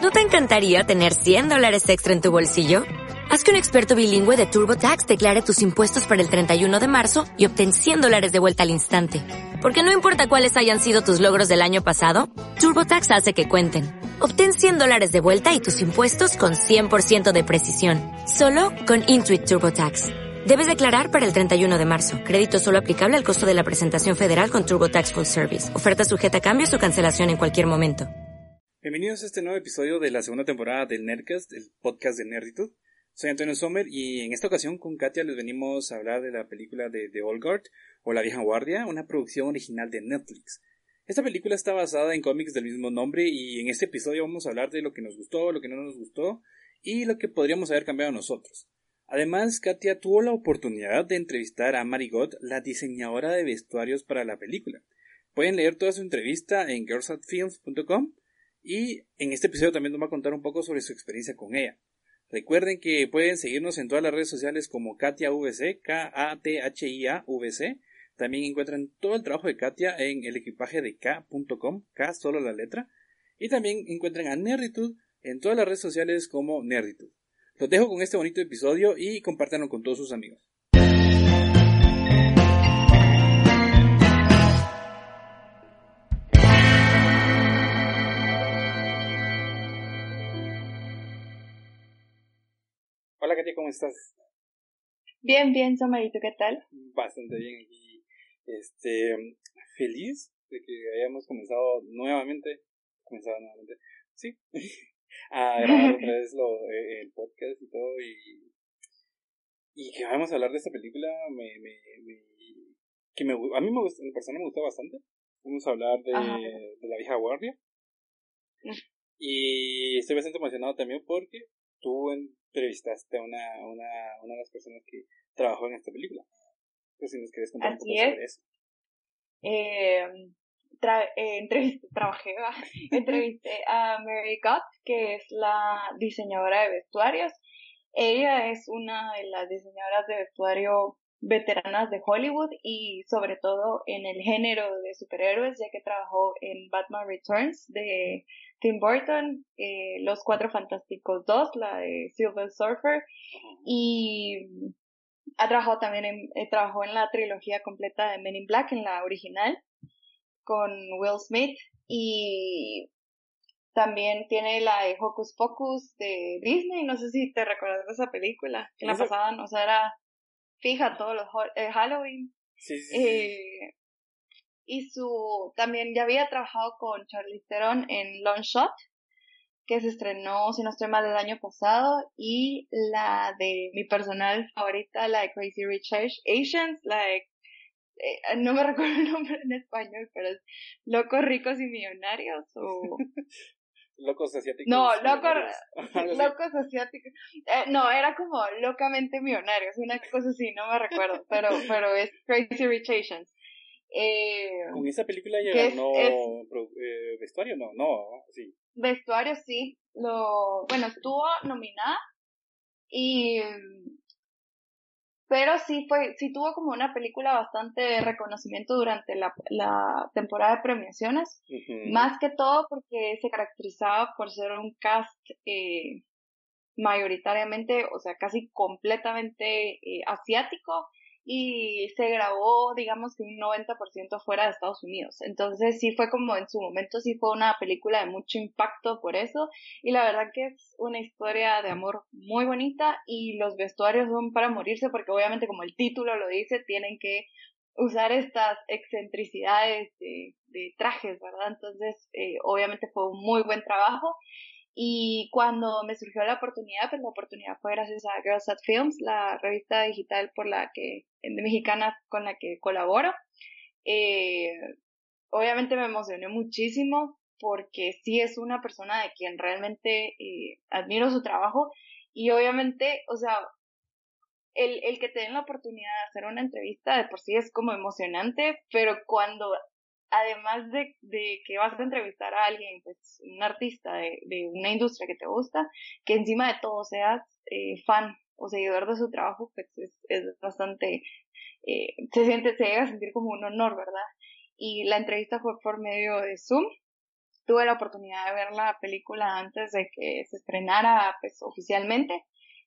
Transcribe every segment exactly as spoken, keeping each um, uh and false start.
¿No te encantaría tener cien dólares extra en tu bolsillo? Haz que un experto bilingüe de TurboTax declare tus impuestos para el treinta y uno de marzo y obtén cien dólares de vuelta al instante. Porque no importa cuáles hayan sido tus logros del año pasado, TurboTax hace que cuenten. Obtén cien dólares de vuelta y tus impuestos con cien por ciento de precisión. Solo con Intuit TurboTax. Debes declarar para el treinta y uno de marzo. Crédito solo aplicable al costo de la presentación federal con TurboTax Full Service. Oferta sujeta a cambios o cancelación en cualquier momento. Bienvenidos a este nuevo episodio de la segunda temporada del Nerdcast, el podcast de Nerditud. Soy Antonio Sommer y en esta ocasión con Katia les venimos a hablar de la película de The Old Guard o La Vieja Guardia, una producción original de Netflix. Esta película está basada en cómics del mismo nombre y en este episodio vamos a hablar de lo que nos gustó, lo que no nos gustó y lo que podríamos haber cambiado nosotros. Además, Katia tuvo la oportunidad de entrevistar a Mary Gott, la diseñadora de vestuarios para la película. Pueden leer toda su entrevista en girls at films punto com y en este episodio también nos va a contar un poco sobre su experiencia con ella. Recuerden que pueden seguirnos en todas las redes sociales como KatiaVC, K A T H I A V C. También encuentran todo el trabajo de Katia en el equipaje de K punto com, K solo la letra. Y también encuentran a Nerditud en todas las redes sociales como Nerditud. Los dejo con este bonito episodio y compártanlo con todos sus amigos. Hola Katia, ¿cómo estás? Bien, bien, Somerito, ¿qué tal? Bastante bien aquí. Este, feliz de que hayamos comenzado nuevamente, comenzado nuevamente, sí, a grabar otra vez lo, el podcast y todo y, y que vamos a hablar de esta película me, me, me, que me, a mí me gusta, en persona me gustó bastante. Vamos a hablar de, de La Vieja Guardia y estoy bastante emocionado también porque tú entrevistaste a una, una, una de las personas que trabajó en esta película. Entonces, si nos quieres contar Así un poco es. sobre eso. Eh, tra- eh, entrevisté, trabajé, va. entrevisté a Mary Gott, que es la diseñadora de vestuarios. Ella es una de las diseñadoras de vestuario veteranas de Hollywood y sobre todo en el género de superhéroes, ya que trabajó en Batman Returns de Tim Burton, eh, Los Cuatro Fantásticos dos, la de Silver Surfer, y ha trabajado también en, eh, trabajó en la trilogía completa de Men in Black, en la original, con Will Smith, y también tiene la de Hocus Pocus de Disney, no sé si te recuerdas de esa película, que la pasaban, o sea, era fija todos los eh, Halloween. Sí, sí, eh, sí. Y su, también ya había trabajado con Charlize Theron en Long Shot, que se estrenó, si no estoy mal, el año pasado, y la de mi personal favorita, la de Crazy Rich Asians, la de, eh, no me recuerdo el nombre en español, pero es Locos, Ricos y Millonarios, o... Locos Asiáticos. No, locos, Millonarios. locos asiáticos, eh, no, era como Locamente Millonarios, una cosa así, no me recuerdo, pero, pero es Crazy Rich Asians. Eh, ¿Con esa película ya que ganó es, es, eh, vestuario? No, no, sí. vestuario sí, lo, bueno, estuvo nominada y, pero sí fue, sí tuvo como una película bastante reconocimiento durante la, la temporada de premiaciones, Uh-huh. más que todo porque se caracterizaba por ser un cast eh, mayoritariamente, o sea, casi completamente eh, asiático, y se grabó, digamos que un noventa por ciento fuera de Estados Unidos. Entonces sí fue como en su momento, sí fue una película de mucho impacto por eso, y la verdad que es una historia de amor muy bonita, y los vestuarios son para morirse, porque obviamente como el título lo dice, tienen que usar estas excentricidades de, de trajes, ¿verdad? Entonces, eh, obviamente fue un muy buen trabajo. Y cuando me surgió la oportunidad, pues la oportunidad fue gracias a Girls at Films, la revista digital por la que, de mexicana con la que colaboro. Eh, obviamente me emocioné muchísimo porque sí es una persona de quien realmente eh, admiro su trabajo, y obviamente, o sea, el, el que te den la oportunidad de hacer una entrevista de por sí es como emocionante, pero cuando además de, de que vas a entrevistar a alguien, pues un artista de, de una industria que te gusta, que encima de todo seas eh, fan o seguidor de su trabajo, pues es, es bastante, eh, se siente, se llega a sentir como un honor, ¿verdad? Y la entrevista fue por medio de Zoom, tuve la oportunidad de ver la película antes de que se estrenara pues oficialmente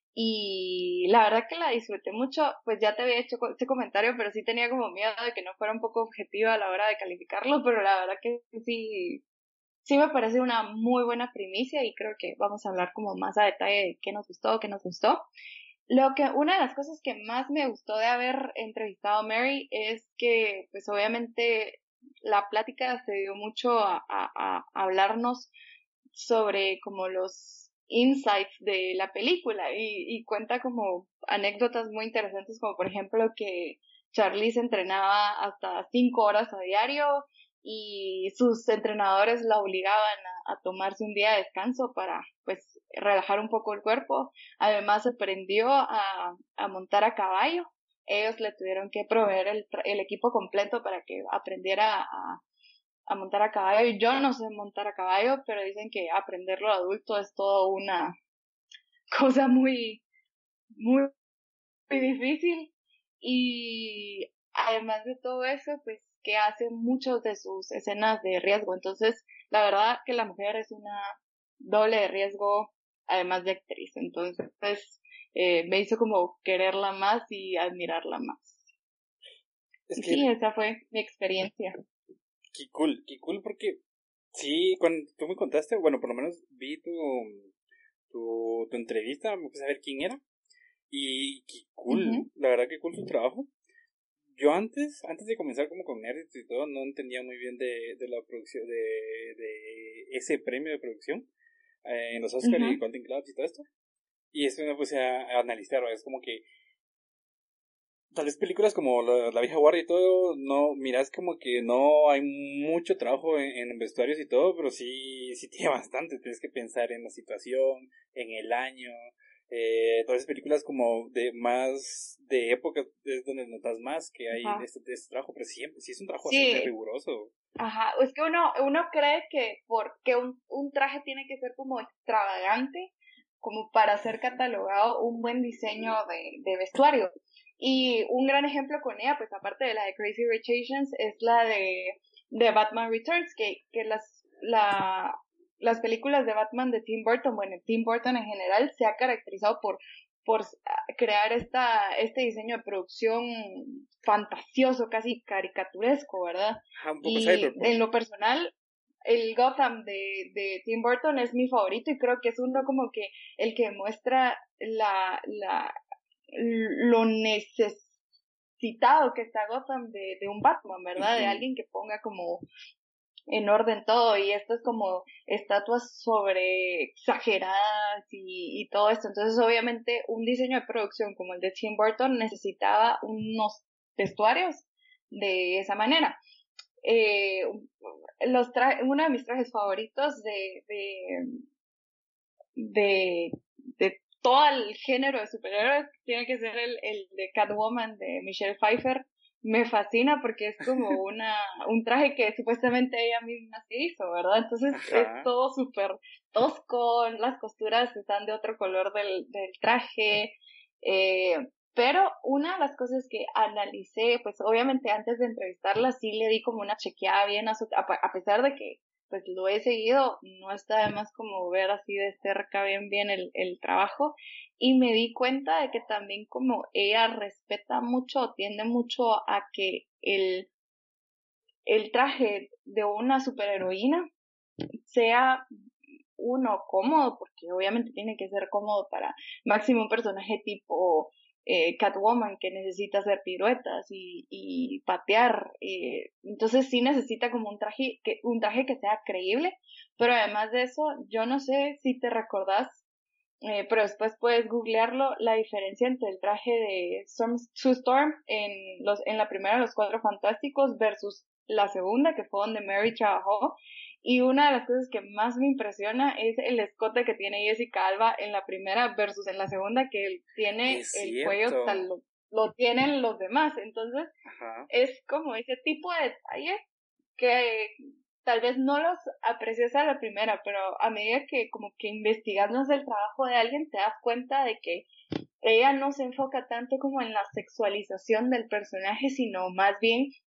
y la verdad que la disfruté mucho. Pues ya te había hecho este comentario, pero sí tenía como miedo de que no fuera un poco objetiva a la hora de calificarlo, pero la verdad que sí, sí me parece una muy buena primicia y creo que vamos a hablar como más a detalle de qué nos gustó, qué nos gustó. Lo que, una de las cosas que más me gustó de haber entrevistado a Mary es que, pues obviamente, la plática se dio mucho a, a, a hablarnos sobre como los insights de la película y, y cuenta como anécdotas muy interesantes, como por ejemplo que Charlie se entrenaba hasta cinco horas a diario y sus entrenadores la obligaban a, a tomarse un día de descanso para pues relajar un poco el cuerpo. Además aprendió a, a montar a caballo. Ellos le tuvieron que proveer el, el equipo completo para que aprendiera a, a montar a caballo. Y yo no sé montar a caballo, pero dicen que aprenderlo adulto es todo una cosa muy, muy, muy difícil. Y además de todo eso, pues que hace muchas de sus escenas de riesgo. Entonces, la verdad que la mujer es una doble de riesgo, además de actriz. Entonces, pues, eh, me hizo como quererla más y admirarla más. Es Y que, sí, esa fue mi experiencia. qué cool, qué cool porque sí, cuando tú me contaste, bueno, por lo menos vi tu, tu, tu entrevista, me puse a ver quién era y qué cool, Uh-huh. la verdad que cool su trabajo. Yo antes, antes de comenzar como con Nerdist y todo, no entendía muy bien de, de la producción, de, de ese premio de producción eh, en los Oscar y Uh-huh. Golden Globes y todo esto. Y eso me puse a, a analizar, es como que tal vez películas como La, la vieja guardia y todo, no, miras como que no hay mucho trabajo en, en vestuarios y todo, pero sí, sí tiene bastante, tienes que pensar en la situación, en el año, eh, todas esas películas como de más de época es donde notas más que hay Ajá. este, este trabajo, pero siempre, sí es un trabajo bastante Sí, riguroso. ajá, es que uno, uno cree que porque un, un traje tiene que ser como extravagante, como para ser catalogado un buen diseño de, de vestuario. Y un gran ejemplo con ella, pues aparte de la de Crazy Rich Asians, es la de, de Batman Returns, que, que las, la, las películas de Batman de Tim Burton, bueno, Tim Burton en general se ha caracterizado por por crear esta, este diseño de producción fantasioso, casi caricaturesco, ¿verdad? Ajá, un poco Y cyberpunk. en lo personal, el Gotham de, de Tim Burton es mi favorito y creo que es uno como que el que muestra la, la, lo necesitado que está Gotham de, de un Batman, ¿verdad? De Ujú. alguien que ponga como en orden todo y esto es como estatuas sobre exageradas y, y todo esto. Entonces obviamente un diseño de producción como el de Tim Burton necesitaba unos vestuarios de esa manera. Eh, los tra uno de mis trajes favoritos de, de, de, de todo el género de superhéroes tiene que ser el, el de Catwoman de Michelle Pfeiffer. Me fascina porque es como una un traje que supuestamente ella misma se hizo, ¿verdad? Entonces es Ajá. todo súper tosco, las costuras están de otro color del, del traje, eh, pero una de las cosas que analicé, pues obviamente antes de entrevistarla sí le di como una chequeada bien a su, a, a pesar de que pues lo he seguido, no está de más como ver así de cerca bien bien el, el trabajo y me di cuenta de que también como ella respeta mucho, tiende mucho a que el, el traje de una superheroína sea uno cómodo, porque obviamente tiene que ser cómodo para máximo un personaje tipo eh, Catwoman que necesita hacer piruetas y, y patear, eh, entonces sí necesita como un traje que un traje que sea creíble, pero además de eso, yo no sé si te recordás, eh, pero después puedes googlearlo, la diferencia entre el traje de Storm, Sue Storm en los en la primera de los Cuatro Fantásticos versus la segunda, que fue donde Mary trabajó. Y una de las cosas que más me impresiona es el escote que tiene Jessica Alba en la primera versus en la segunda, que él tiene Es el cuello tal cierto. lo, lo tienen los demás. Entonces, Ajá. es como ese tipo de detalles que tal vez no los aprecias a la primera, pero a medida que como que investigas más el trabajo de alguien, te das cuenta de que ella no se enfoca tanto como en la sexualización del personaje, sino más bien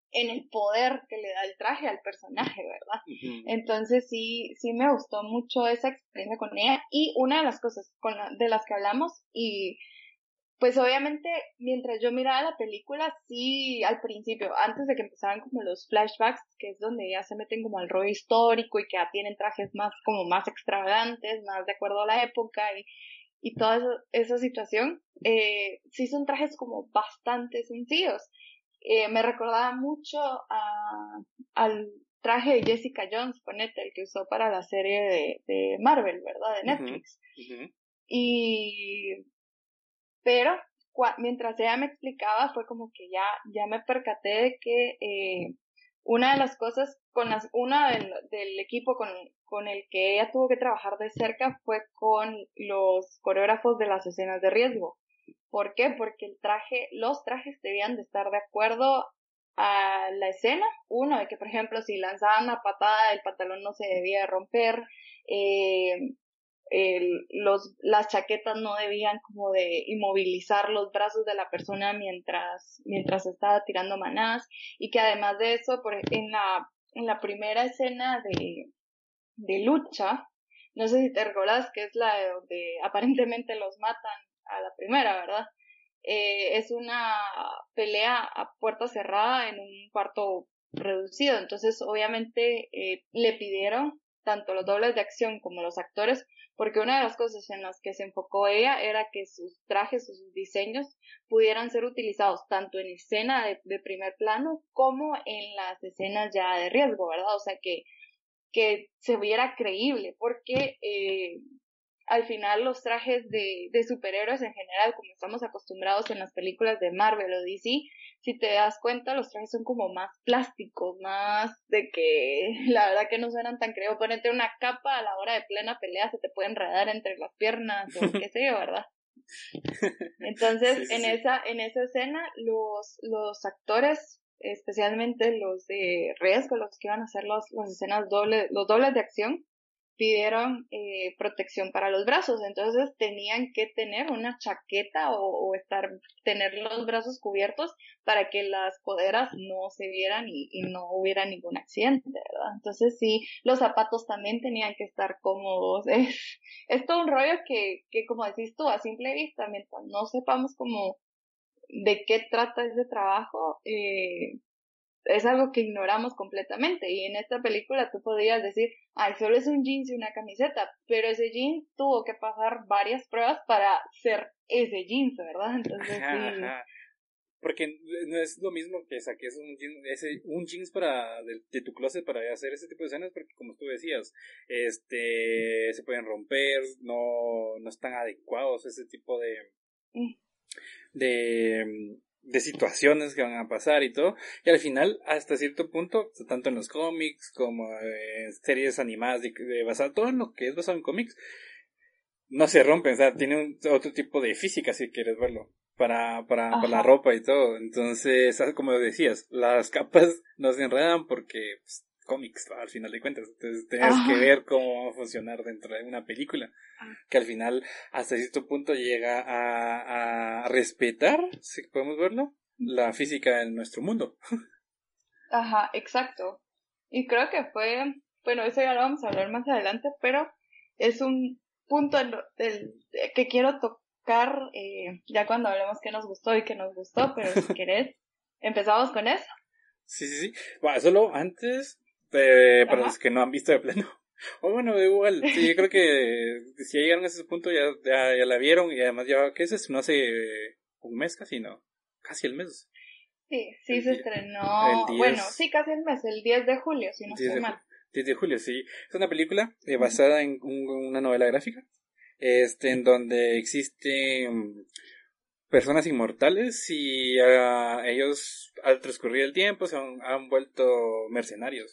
en el poder que le da el traje al personaje, ¿verdad? Uh-huh. Entonces sí, sí me gustó mucho esa experiencia con ella, y una de las cosas con la, de las que hablamos, y pues obviamente mientras yo miraba la película, sí, al principio, antes de que empezaran como los flashbacks, que es donde ya se meten como al rollo histórico y que ya tienen trajes más, como más extravagantes, más de acuerdo a la época y, y toda esa, esa situación, eh, sí son trajes como bastante sencillos. Eh, me recordaba mucho a, al traje de Jessica Jones, ponete, el que usó para la serie de, de Marvel, ¿verdad? De Netflix. Uh-huh. Uh-huh. Y pero cua- mientras ella me explicaba fue como que ya, ya me percaté de que eh, una de las cosas, con las, una del, del equipo con, con el que ella tuvo que trabajar de cerca fue con los coreógrafos de las escenas de riesgo. ¿Por qué? Porque el traje, los trajes debían de estar de acuerdo a la escena. Uno, de que por ejemplo si lanzaban una patada el pantalón no se debía romper, eh, el, los, las chaquetas no debían como de inmovilizar los brazos de la persona mientras, mientras estaba tirando manadas, y que además de eso, por, en la, en la primera escena de, de lucha, no sé si te recuerdas que es la de donde aparentemente los matan a la primera, ¿verdad? Eh, es una pelea a puerta cerrada en un cuarto reducido, entonces obviamente eh, le pidieron tanto los dobles de acción como los actores, porque una de las cosas en las que se enfocó ella era que sus trajes o sus diseños pudieran ser utilizados tanto en escena de, de primer plano como en las escenas ya de riesgo, ¿verdad? O sea, que, que se viera creíble, porque eh, al final los trajes de, de superhéroes en general, como estamos acostumbrados en las películas de Marvel o D C, si te das cuenta, los trajes son como más plásticos, más de que la verdad que no suenan tan creíbles. Ponerte una capa a la hora de plena pelea, se te puede enredar entre las piernas o qué sé yo, ¿verdad? Entonces, sí, sí, en sí. esa en esa escena, los, los actores, especialmente los de riesgo, los que iban a hacer los, las escenas doble, los dobles de acción, pidieron eh, protección para los brazos, entonces tenían que tener una chaqueta o, o estar tener los brazos cubiertos para que las coderas no se vieran y, y no hubiera ningún accidente, ¿verdad? Entonces sí, los zapatos también tenían que estar cómodos. Es, es todo un rollo que, que como decís tú, a simple vista, mientras no sepamos como de qué trata ese trabajo, eh, es algo que ignoramos completamente, y en esta película tú podrías decir, ay, solo es un jeans y una camiseta, pero ese jeans tuvo que pasar varias pruebas para ser ese jeans, ¿verdad? Entonces sí. Ajá. Porque no es lo mismo que saques un jeans, ese, un jeans para, de, de tu closet para hacer ese tipo de escenas, porque como tú decías, este, se pueden romper, no, no están adecuados ese tipo de, mm. de, de situaciones que van a pasar y todo, y al final hasta cierto punto, tanto en los cómics como en series animadas de, de basado, todo lo que es basado en cómics no se rompen, o sea, tiene un, otro tipo de física si quieres verlo para, para, para la ropa y todo. Entonces, como decías, las capas no se enredan porque pues, cómics, al final de cuentas. Entonces tienes Ajá. que ver cómo va a funcionar dentro de una película, que al final hasta cierto punto llega a, a respetar, si podemos verlo, la física en nuestro mundo. Ajá, exacto. Y creo que fue, bueno, eso ya lo vamos a hablar más adelante, pero es un punto del, que quiero tocar eh, ya cuando hablemos qué nos gustó y qué nos gustó, pero si querés, empezamos con eso. Sí, sí, sí. Bueno, solo antes, eh, para Ajá. los que no han visto de plano. O bueno, igual, sí, yo creo que si ya llegaron a ese punto ya, ya, ya la vieron, y además ya, ¿qué es eso? No hace un mes casi, ¿no? Casi el mes. Sí, sí el se día, estrenó, diez, bueno, sí, casi el mes, el diez de julio, si no estoy mal. diez de julio, sí. Es una película eh, basada uh-huh. en un, una novela gráfica, este, en donde existen personas inmortales y uh, ellos al transcurrir el tiempo se han, han vuelto mercenarios.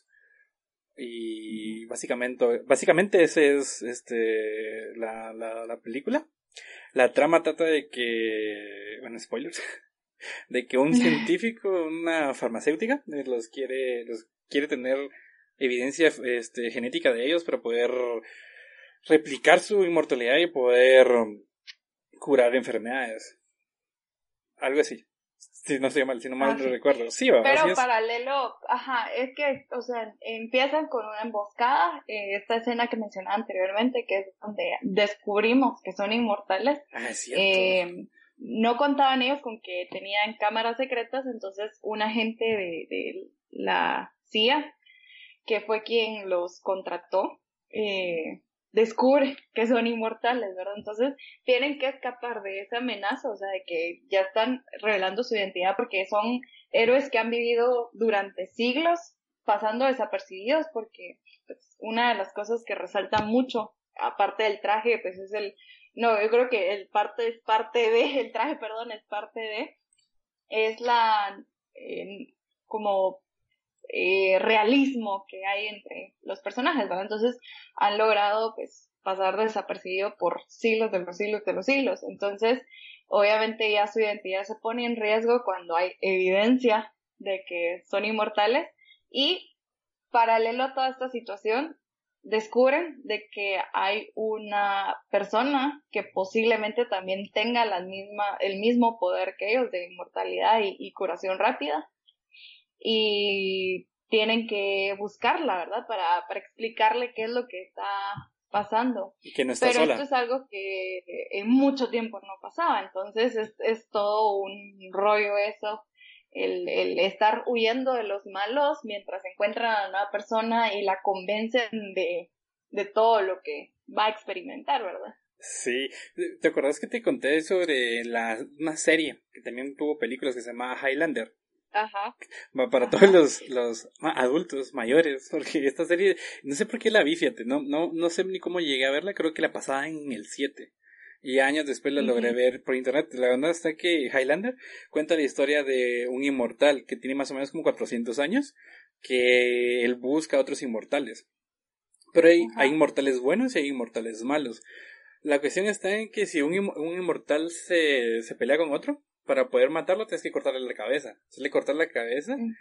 Y básicamente, básicamente ese es este la, la, la película. La trama trata de que, bueno, spoilers, de que un científico, una farmacéutica, los quiere, los quiere tener evidencia este, genética de ellos para poder replicar su inmortalidad y poder curar enfermedades. Algo así. Si no se llama, si no mal Ah, no sí. recuerdo. Sí, va, así Pero es. paralelo, ajá, es que, o sea, empiezan con una emboscada, eh, esta escena que mencionaba anteriormente, que es donde descubrimos que son inmortales. Ah, es cierto. Eh, no contaban ellos con que tenían cámaras secretas, entonces un agente de, de la C I A, que fue quien los contrató, eh, descubre que son inmortales, ¿verdad? Entonces tienen que escapar de esa amenaza, o sea, de que ya están revelando su identidad porque son héroes que han vivido durante siglos pasando desapercibidos, porque pues, una de las cosas que resalta mucho, aparte del traje, pues es el, no, yo creo que el parte es parte de, el traje, perdón, es parte de, es la, eh, como eh, realismo que hay entre los personajes, ¿verdad? Entonces han logrado pues pasar desapercibido por siglos de los siglos de los siglos. Entonces, obviamente ya su identidad se pone en riesgo cuando hay evidencia de que son inmortales y paralelo a toda esta situación, descubren de que hay una persona que posiblemente también tenga la misma, el mismo poder que ellos de inmortalidad y, y curación rápida. Y tienen que buscarla, ¿verdad? Para, para explicarle qué es lo que está pasando. Y que no está Pero sola. esto es algo que en mucho tiempo no pasaba, entonces es, es todo un rollo eso, el, el estar huyendo de los malos mientras encuentran a una nueva persona y la convencen de, de todo lo que va a experimentar, ¿verdad? Sí, ¿te acuerdas que te conté sobre la, una serie que también tuvo películas que se llama Highlander? Ajá. Va para Ajá. todos los, los adultos mayores, porque esta serie, no sé por qué la vi, fíjate, no, no, no sé ni cómo llegué a verla, creo que la pasaba en el siete. Y años después la logré Uh-huh. ver por internet. La verdad está que Highlander cuenta la historia de un inmortal que tiene más o menos como cuatrocientos años, que él busca a otros inmortales. Pero hay, hay inmortales buenos y hay inmortales malos. La cuestión está en que si un, un inmortal se, se pelea con otro, para poder matarlo tienes que cortarle la cabeza. Entonces le cortas la cabeza Uh-huh.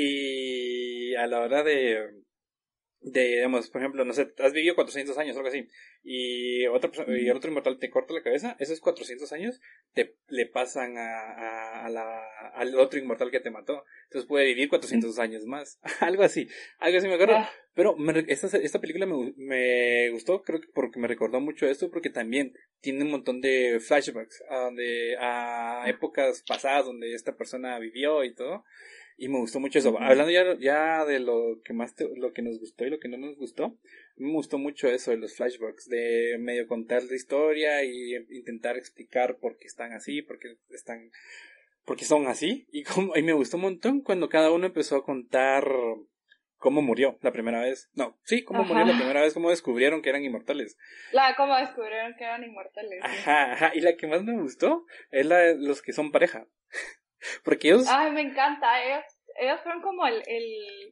y a la hora de, de, digamos, por ejemplo, no sé, has vivido cuatrocientos años o algo así, y, otra, y el otro inmortal te corta la cabeza, esos cuatrocientos años te le pasan a, a, a la, al otro inmortal que te mató. Entonces puede vivir cuatrocientos años más. Algo así, algo así me acuerdo. Ah. Pero me, esta, esta película me, me gustó, creo que porque me recordó mucho esto, porque también tiene un montón de flashbacks a, donde, a épocas pasadas donde esta persona vivió y todo. Y me gustó mucho eso. Uh-huh. Hablando ya, ya de lo que más te, lo que nos gustó y lo que no nos gustó, me gustó mucho eso de los flashbacks, de medio contar la historia y intentar explicar por qué están así, por qué están, por qué son así. Y, como, y me gustó un montón cuando cada uno empezó a contar cómo murió la primera vez. No, sí, cómo ajá. murió la primera vez, cómo descubrieron que eran inmortales. La, cómo descubrieron que eran inmortales. Ajá, sí. Ajá. Y la que más me gustó es la de los que son pareja. Porque ellos... Ay, me encanta, ellos, ellos fueron como el, el,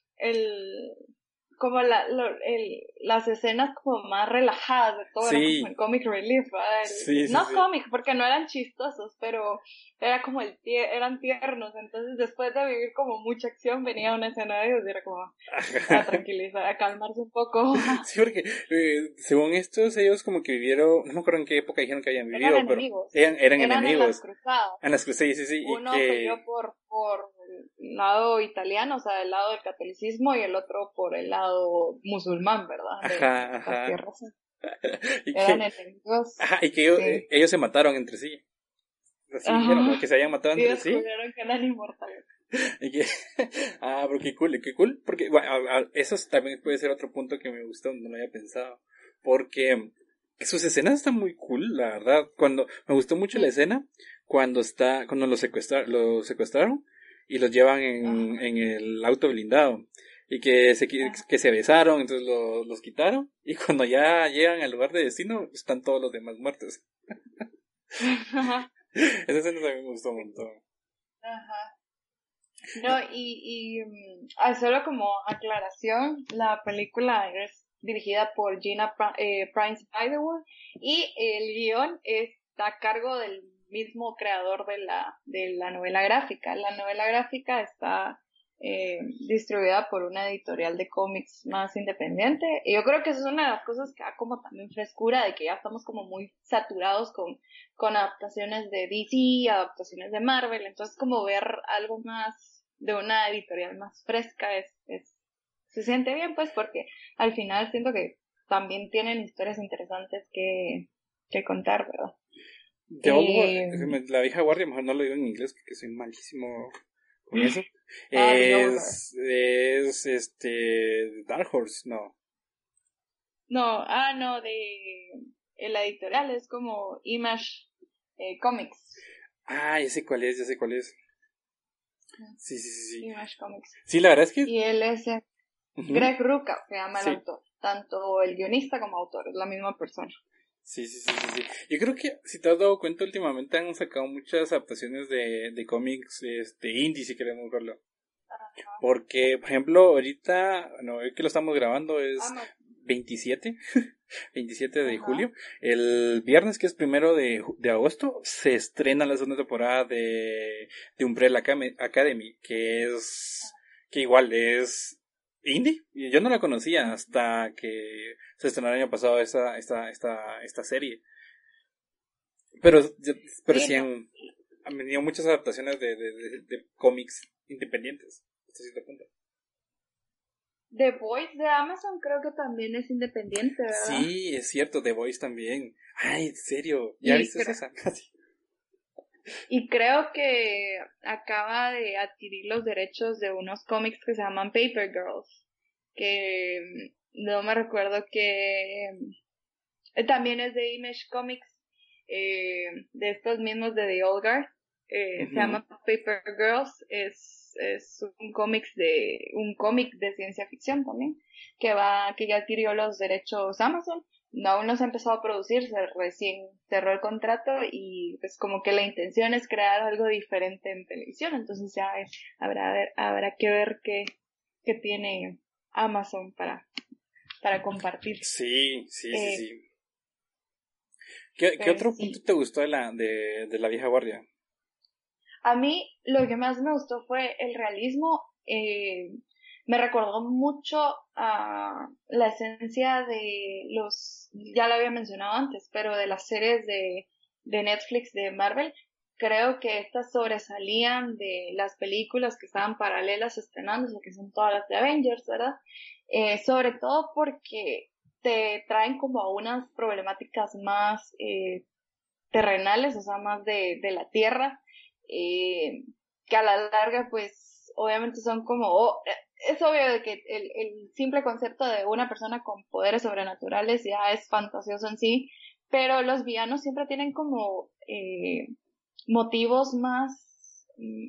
el, como la, lo, el, las escenas como más relajadas de todo, sí. Era como el comic relief, ¿verdad? El, sí, sí, no sí. cómic, porque no eran chistosos, pero era como el tie, eran tiernos, entonces después de vivir como mucha acción venía una escena de ellos y era como a tranquilizar, a calmarse un poco. Sí, porque eh, según estos ellos como que vivieron, no me acuerdo en qué época dijeron que habían vivido, eran pero enemigos. eran, eran, eran enemigos. En las cruzadas. En las cruzadas, sí, sí. Uno y que... peleó por, por el lado italiano, o sea, el lado del catolicismo, y el otro por el lado musulmán, ¿verdad? De ajá, ajá. las tierras. y eran que, enemigos. Ajá, y que ellos, sí. eh, ellos se mataron entre sí. Así dijeron, que se hayan matado y entre sí. descubrieron que eran inmortales. Y que, ah, pero qué cool, qué cool. Porque, bueno, eso también puede ser otro punto que me gustó, no lo había pensado. Porque sus escenas están muy cool, la verdad. Cuando, me gustó mucho sí. la escena cuando está, cuando los secuestraron, los secuestraron y los llevan en, en el auto blindado. Y que se, que se besaron, entonces los, los quitaron. Y cuando ya llegan al lugar de destino, están todos los demás muertos. Esa escena también me gustó un montón. Ajá. No, y, y solo como aclaración, la película es dirigida por Gina eh, Prince Bythewood y el guión está a cargo del mismo creador de la, de la novela gráfica. La novela gráfica está eh, distribuida por una editorial de cómics más independiente. Y yo creo que eso es una de las cosas que da como también frescura, de que ya estamos como muy saturados con, con adaptaciones de D C, adaptaciones de Marvel, entonces como ver algo más de una editorial más fresca es, es se siente bien, pues, porque al final siento que también tienen historias interesantes que, que contar, ¿verdad? De Eh, Old, la vieja guardia, mejor no lo digo en inglés porque soy malísimo con eso. ah, es, es, este, Dark Horse, no. No, ah, no, de eh, la editorial es como Image eh, Comics. Ah, ya sé cuál es, ya sé cuál es. Sí, sí, sí, sí. Image Comics. Sí, la verdad es que... Y él es eh, uh-huh. Greg Rucka, se llama el Sí. autor. Tanto el guionista como autor, es la misma persona. Sí, sí, sí, sí, sí. Yo creo que, si te has dado cuenta, últimamente han sacado muchas adaptaciones de, de cómics este, indie, si queremos verlo. Ajá. Porque, por ejemplo, ahorita, no, hoy que lo estamos grabando es Ah, no. veintisiete, veintisiete de Ajá. julio. El viernes, que es primero de, de agosto, se estrena la segunda temporada de, de Umbrella Academy, que es, que igual es indie. Y yo no la conocía hasta que se estrenó el año pasado esa, esta, esta, esta serie. Pero, pero sí, Sí, no. han, han venido muchas adaptaciones de, de, de, de cómics independientes, hasta cierto punto. The Voice de Amazon creo que también es independiente, ¿verdad? Sí, es cierto, The Voice también. Ay, en serio, ¿ya Y viste creo- esa? Y creo que acaba de adquirir los derechos de unos cómics que se llaman Paper Girls, que mm, no me recuerdo que eh, también es de Image Comics, eh, de estos mismos de The Old Guard. Eh, Ujú. Se llama Paper Girls, es, es un cómics de un cómic de ciencia ficción también, que va que ya adquirió los derechos Amazon. No, aún no se ha empezado a producir, se recién cerró el contrato y pues como que la intención es crear algo diferente en televisión, entonces ya es, habrá ver, habrá que ver qué, qué tiene Amazon para, para compartir. Sí, sí, sí, Eh, sí. ¿Qué, ¿qué pero otro sí. punto te gustó de la, de, de la vieja guardia? A mí lo que más me gustó fue el realismo. Eh, me recordó mucho a la esencia de los, ya lo había mencionado antes, pero de las series de, de Netflix de Marvel. Creo que estas sobresalían de las películas que estaban paralelas estrenándose, que son todas las de Avengers, ¿verdad? Eh, sobre todo porque te traen como a unas problemáticas más eh, terrenales, o sea, más de, de la tierra, eh, que a la larga, pues, obviamente son como, oh, es obvio de que el, el simple concepto de una persona con poderes sobrenaturales ya es fantasioso en sí, pero los villanos siempre tienen como eh, motivos más,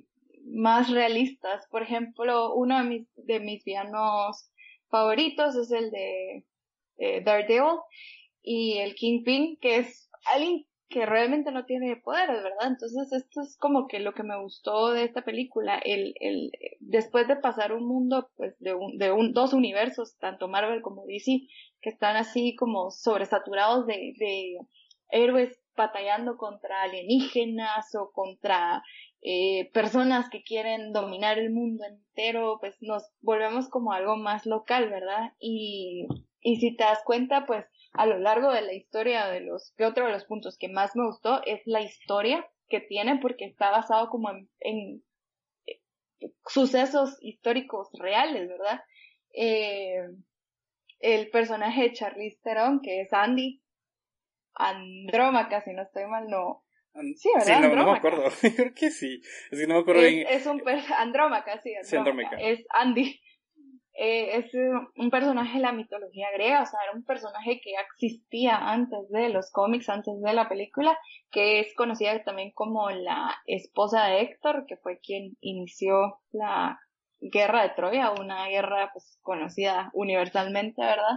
más realistas. Por ejemplo, uno de mis, de mis villanos favoritos es el de eh, Daredevil y el Kingpin, que es alguien que realmente no tiene poderes, ¿verdad? Entonces esto es como que lo que me gustó de esta película, el, el, después de pasar un mundo, pues, de un, de un, dos universos, tanto Marvel como D C, que están así como sobresaturados de, de héroes batallando contra alienígenas o contra eh, personas que quieren dominar el mundo entero, pues nos volvemos como algo más local, ¿verdad? Y, y si te das cuenta, pues a lo largo de la historia de los, que otro de los puntos que más me gustó es la historia que tiene, porque está basado como en, en eh, sucesos históricos reales, ¿verdad? Eh, el personaje de Charlize Theron, que es Andy, Andrómaca, si no estoy mal, no. Sí, ¿verdad? Sí, no, no me Andrómaca. acuerdo. Creo que sí. Es que no me acuerdo Es, bien. es un per Andrómaca, sí, Sí, Andrómaca. Andrómeda. Es Andy. Eh, es un personaje de la mitología griega, o sea, era un personaje que ya existía antes de los cómics, antes de la película, que es conocida también como la esposa de Héctor, que fue quien inició la guerra de Troya, una guerra pues conocida universalmente, ¿verdad?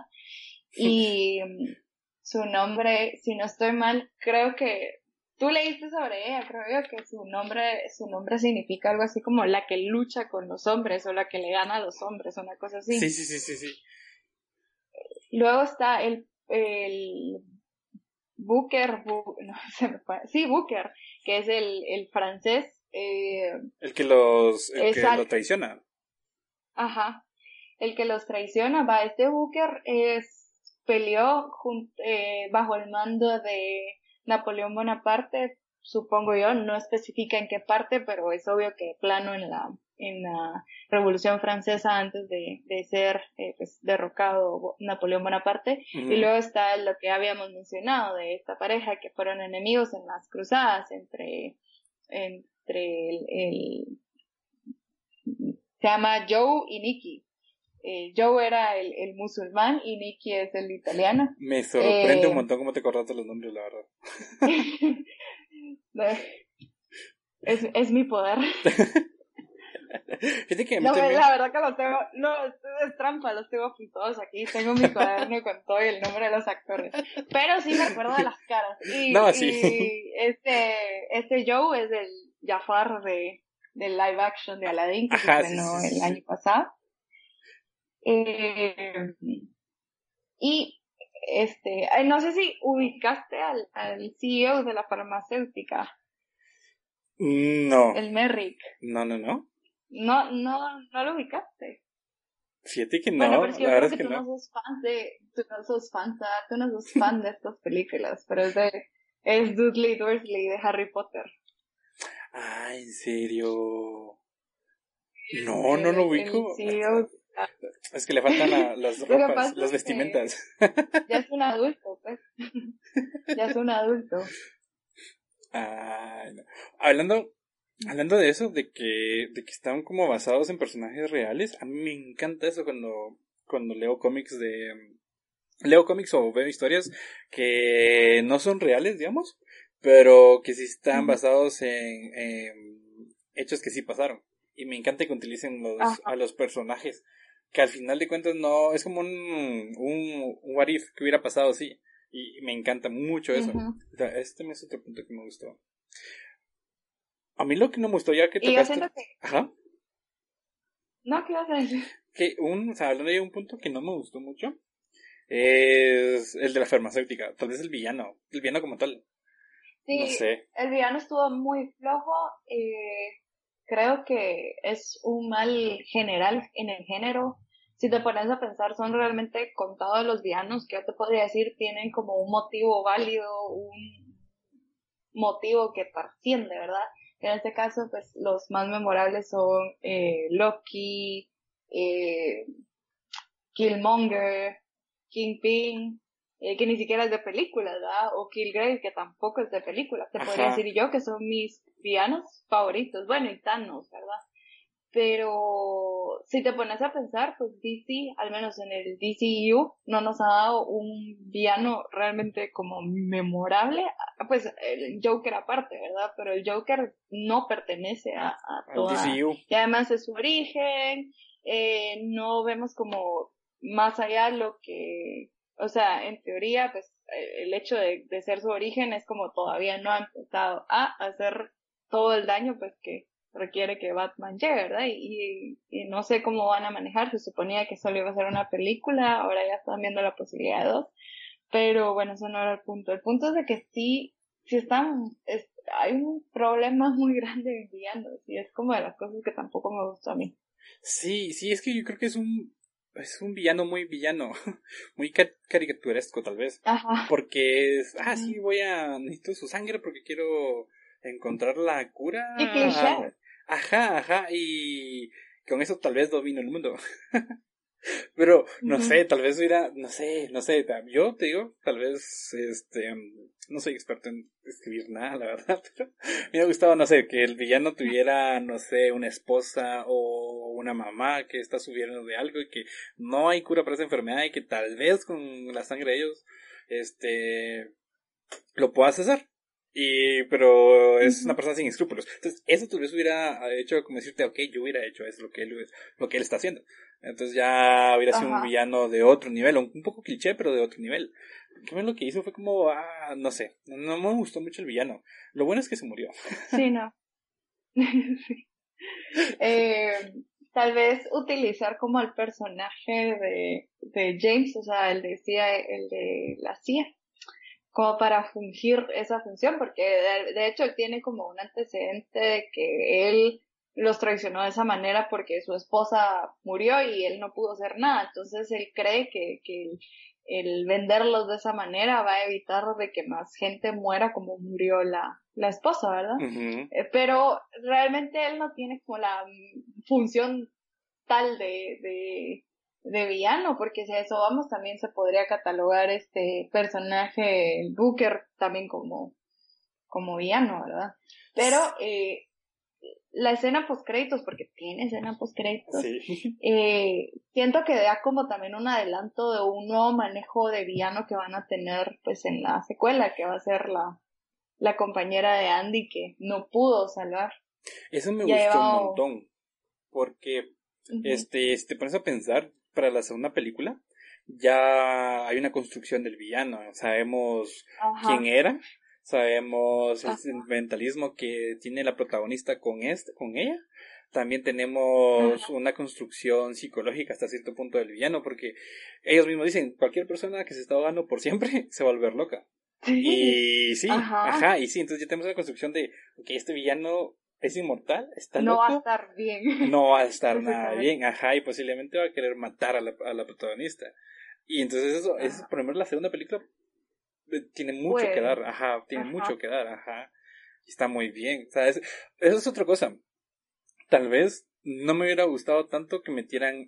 Y su nombre, si no estoy mal, creo que tú leíste sobre ella, creo yo que su nombre, su nombre significa algo así como la que lucha con los hombres o la que le gana a los hombres, una cosa así. Sí, sí, sí, sí, sí. Luego está el, el Booker, Bu, no, se me fue, sí, Booker, que es el, el francés. Eh, El que los, el que al, lo traiciona. Ajá, el que los traiciona, va, este Booker es, peleó jun- eh, bajo el mando de Napoleón Bonaparte, supongo yo, no especifica en qué parte, pero es obvio que plano en la, en la Revolución Francesa antes de, de ser eh, pues, derrocado Napoleón Bonaparte. Uh-huh. Y luego está lo que habíamos mencionado de esta pareja que fueron enemigos en las cruzadas entre, entre el, el se llama Joe y Nicky. Eh, Joe era el, el musulmán y Nicky es el italiano. Me sorprende eh, un montón cómo te acordaste los nombres, la verdad. es, es mi poder. Fíjate que a mí No, también... la verdad que los tengo, no, es, es trampa, los tengo apuntados aquí, tengo mi cuaderno con todo y el nombre de los actores. Pero sí me acuerdo de las caras. Y, no, sí. y este, este Joe es el Jafar de, del live action de Aladdin que Ajá, se estrenó sí, sí, sí, el sí. año pasado. Eh, y este, ay, no sé si ubicaste al, al C E O de la farmacéutica, No. el Merrick. No, no, no. No, no, no lo ubicaste. Fíjate que no, Bueno, pero es que la yo verdad creo es que que tú no no. sos fan de, tú no sos fan, ¿sabes? Tú no sos fan de estas películas, pero es de, es Dudley Dursley de Harry Potter. Ah, ¿en serio? No, no El, lo el ubico. C E O. Es que le faltan la, las Lo que ropas, pasa las es vestimentas. que ya es un adulto, pues. Ya es un adulto. Ah, no. Hablando, hablando de eso, de que, de que están como basados en personajes reales, a mí me encanta eso cuando, cuando leo cómics de, leo cómics o veo historias que no son reales, digamos, pero que sí están basados en, en hechos que sí pasaron. Y me encanta que utilicen los, Ajá. a los personajes, que al final de cuentas no, es como un, un, un what if que hubiera pasado así. Y me encanta mucho eso. Uh-huh. O sea, este es otro punto que me gustó. A mí lo que no me gustó, ya que Y yo tocaste... siento que, Ajá. no, ¿qué ibas a decir? Que un, o sea, hablando de un punto que no me gustó mucho, es el de la farmacéutica. Tal vez el villano. El villano como tal. Sí, No sé. el villano estuvo muy flojo. Eh, creo que es un mal general en el género. Si te pones a pensar, son realmente contados los villanos que yo te podría decir tienen como un motivo válido, un motivo que trasciende, ¿verdad? En este caso, pues los más memorables son eh, Loki, eh, Killmonger, Kingpin, eh, que ni siquiera es de películas, ¿verdad? O Killgrave, que tampoco es de películas. Te Ajá. podría decir yo que son mis villanos favoritos. Bueno, y Thanos, ¿verdad? Pero si te pones a pensar, pues D C, al menos en el D C U, no nos ha dado un villano realmente como memorable. Pues el Joker aparte, ¿verdad? Pero el Joker no pertenece a, a Al toda... D C U. Y además es su origen, eh, no vemos como más allá lo que... O sea, en teoría, pues el hecho de, de ser su origen es como todavía no ha empezado a hacer todo el daño, pues que requiere que Batman llegue, ¿verdad? Y, y, y no sé cómo van a manejar, se suponía que solo iba a ser una película, ahora ya están viendo la posibilidad de dos, pero bueno, eso no era el punto. El punto es de que sí, sí están, es, hay un problema muy grande en villanos, y es como de las cosas que tampoco me gusta a mí. Sí, sí, es que yo creo que es un, es un villano muy villano, muy car- caricaturesco tal vez. Ajá. Porque es, ah, sí, voy a, necesito su sangre porque quiero encontrar la cura. Sí, cliché. Ajá, ajá, y con eso tal vez domino el mundo. Pero, no Uh-huh. sé, tal vez hubiera, no sé, no sé, yo te digo, tal vez, este, no soy experto en escribir nada, la verdad, pero me hubiera gustado, no sé, que el villano tuviera, no sé, una esposa o una mamá que está sufriendo de algo y que no hay cura para esa enfermedad y que tal vez con la sangre de ellos, este, lo puedas hacer. Y, pero es Uh-huh. una persona sin escrúpulos. Entonces, eso tal vez hubiera hecho como decirte, ok, yo hubiera hecho eso, lo que él, lo que él está haciendo. Entonces ya hubiera sido Ajá. un villano de otro nivel, un poco cliché, pero de otro nivel. ¿Qué lo que hizo? Fue como, ah, no sé, no me gustó mucho el villano. Lo bueno es que se murió. Sí, no. Sí. Eh, tal vez utilizar como el personaje de, de James, o sea, el de C I A, el de la C I A, como para fungir esa función, porque de, de hecho él tiene como un antecedente de que él los traicionó de esa manera porque su esposa murió y él no pudo hacer nada. Entonces él cree que, que el, el venderlos de esa manera va a evitar de que más gente muera como murió la, la esposa, ¿verdad? Uh-huh. Eh, pero realmente él no tiene como la función tal de, de, de villano, porque si a eso vamos también se podría catalogar este personaje Booker también como, como villano, ¿verdad? Pero eh, la escena post créditos, porque tiene escena post créditos, sí. eh, siento que da como también un adelanto de un nuevo manejo de villano que van a tener pues en la secuela, que va a ser la, la compañera de Andy que no pudo salvar. Eso me Ya gustó llevado... un montón, porque uh-huh. este, si te pones a pensar, para la segunda película ya hay una construcción del villano, sabemos Ajá. quién era, sabemos Ajá. el sentimentalismo que tiene la protagonista con este, con ella. También tenemos Ajá. una construcción psicológica hasta cierto punto del villano, porque ellos mismos dicen, cualquier persona que se está ahogando por siempre se va a volver loca. Sí. Y sí, ajá. ajá, y sí, entonces ya tenemos una construcción de que este villano es inmortal, está no loco. No va a estar bien. No va a estar nada bien, ajá, y posiblemente va a querer matar a la, a la protagonista. Y entonces eso, ah. es, por ejemplo, la segunda película tiene mucho pues, que dar, ajá, tiene ajá. mucho que dar, ajá. Está muy bien, ¿sabes? Eso es otra cosa. Tal vez no me hubiera gustado tanto que metieran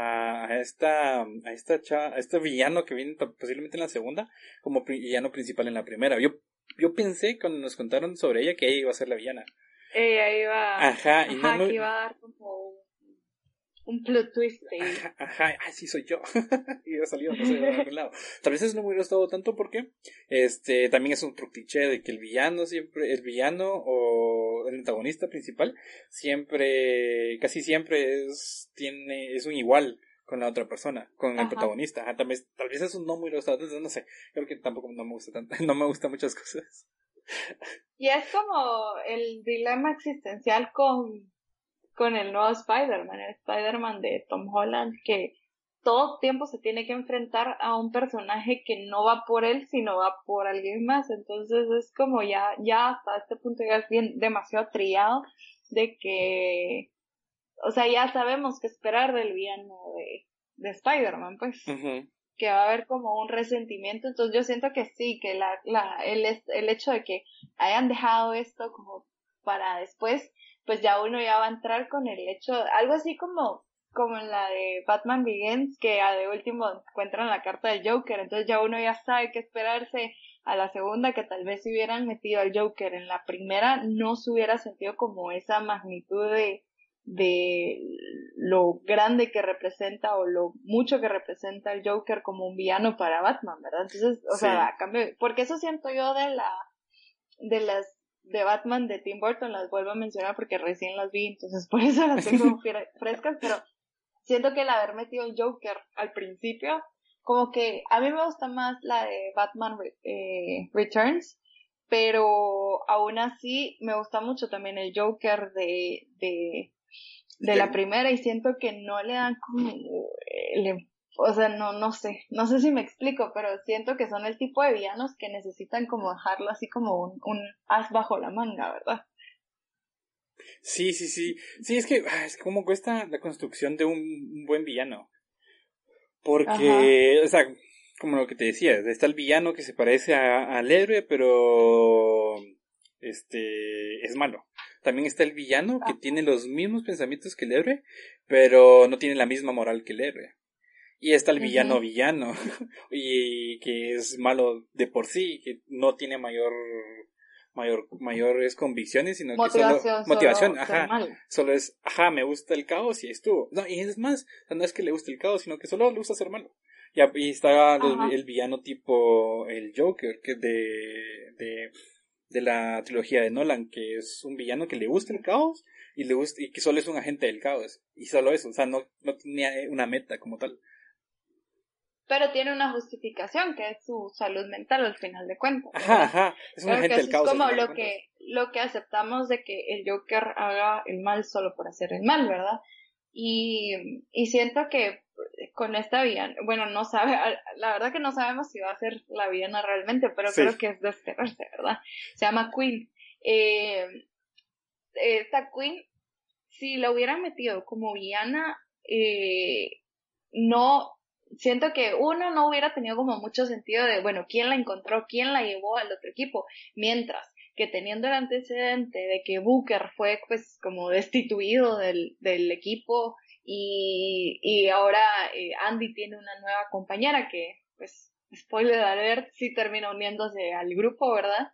a esta a esta chava, a este villano que viene posiblemente en la segunda como villano principal en la primera. Yo yo pensé cuando nos contaron sobre ella que ella iba a ser la villana. Ella iba ajá, ajá y no me... que iba a dar como un plot twist ahí. Ajá, ajá, ay, sí soy yo. Y iba a salir, no sé, de algún lado. Tal vez eso no me hubiera gustado tanto porque este también es un cliché de que el villano siempre, el villano o el antagonista principal siempre, casi siempre es, tiene, es un igual con la otra persona, con el Ajá. protagonista. Ajá, tal vez, tal vez eso no me hubiera gustado, entonces no sé, creo que tampoco no me gusta tanto, no me gustan muchas cosas. Y es como el dilema existencial con con el nuevo Spider-Man, el Spider-Man de Tom Holland, que todo tiempo se tiene que enfrentar a un personaje que no va por él, sino va por alguien más. Entonces es como ya, ya hasta este punto ya es bien demasiado trillado de que, o sea, ya sabemos qué esperar del villano de, de Spider-Man, pues. Uh-huh. Que va a haber como un resentimiento. Entonces yo siento que sí, que la, la, el, el hecho de que hayan dejado esto como para después, pues ya uno ya va a entrar con el hecho, algo así como, como en la de Batman Begins, que a de último encuentran la carta del Joker, entonces ya uno ya sabe qué esperarse a la segunda, que tal vez si hubieran metido al Joker en la primera, no se hubiera sentido como esa magnitud de, de lo grande que representa o lo mucho que representa el Joker como un villano para Batman, ¿verdad? Entonces, o sí. sea, a cambio, porque eso siento yo de la, de las de Batman de Tim Burton, las vuelvo a mencionar porque recién las vi, entonces por eso las tengo frescas, pero siento que el haber metido el Joker al principio, como que a mí me gusta más la de Batman eh, Returns, pero aún así me gusta mucho también el Joker de de, de la primera y siento que no le dan como el O sea, no, no sé, no sé si me explico, pero siento que son el tipo de villanos que necesitan como dejarlo así como un, un as bajo la manga, ¿verdad? Sí, sí, sí, sí, es que es como cuesta la construcción de un, un buen villano, porque, Ajá. o sea, como lo que te decía, está el villano que se parece a, al héroe, pero, este, es malo. También está el villano que Ajá. tiene los mismos pensamientos que el héroe, pero no tiene la misma moral que el héroe. Y está el villano uh-huh. villano, y que es malo de por sí, que no tiene mayor mayor mayores convicciones, sino motivación, que solo motivación, solo ajá, solo es, ajá, me gusta el caos y estuvo. No, y es más, no es que le guste el caos, sino que solo le gusta ser malo. Y, y está los, el villano tipo el Joker, que de de de la trilogía de Nolan, que es un villano que le gusta el caos y le gusta y que solo es un agente del caos, y solo eso, o sea, no no tenía una meta como tal. Pero tiene una justificación que es su salud mental al final de cuentas. Ajá, ajá. Es un agente del caos. Es como lo que, lo que aceptamos de que el Joker haga el mal solo por hacer el mal, ¿verdad? Y, y siento que con esta villana, bueno, no sabe, la verdad que no sabemos si va a ser la villana realmente, pero sí. Creo que es de esperarse, ¿verdad? Se llama Queen. Eh, esta Queen si la hubieran metido como villana, eh, no, siento que uno no hubiera tenido como mucho sentido de, bueno, quién la encontró, quién la llevó al otro equipo, mientras que teniendo el antecedente de que Booker fue pues como destituido del, del equipo y, y ahora eh, Andy tiene una nueva compañera que pues spoiler alert sí termina uniéndose al grupo, ¿verdad?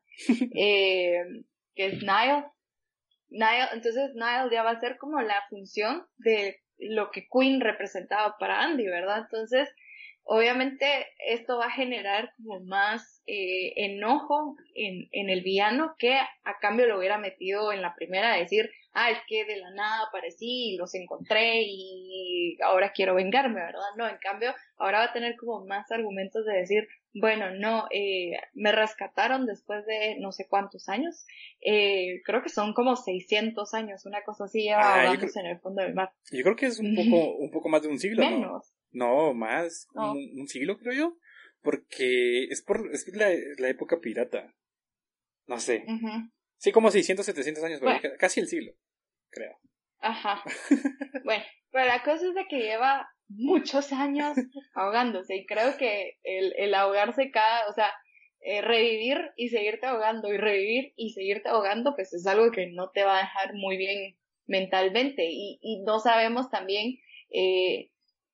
eh, que es Niall. Niall, entonces Niall ya va a ser como la función de lo que Quinn representaba para Andy, ¿verdad? Entonces, obviamente esto va a generar como más eh, enojo en, en el villano que a cambio lo hubiera metido en la primera, decir, ah, es que de la nada aparecí y los encontré y ahora quiero vengarme, ¿verdad? No, en cambio, ahora va a tener como más argumentos de decir, bueno, no, eh, me rescataron después de no sé cuántos años, eh, creo que son como seiscientos años, una cosa así, lleva Ah, yo ahogándose creo, en el fondo del mar. yo creo que es un poco, un poco más de un siglo, ¿no? Menos. No, más, No. un, un siglo creo yo, porque es por, es la, la época pirata. No sé. Uh-huh. Sí, como seiscientos, setecientos años, Bueno. casi el siglo, creo. Ajá. Bueno, pero la cosa es de que lleva muchos años ahogándose y creo que el, el ahogarse cada, o sea, eh, revivir y seguirte ahogando y revivir y seguirte ahogando, pues es algo que no te va a dejar muy bien mentalmente y, y no sabemos también eh,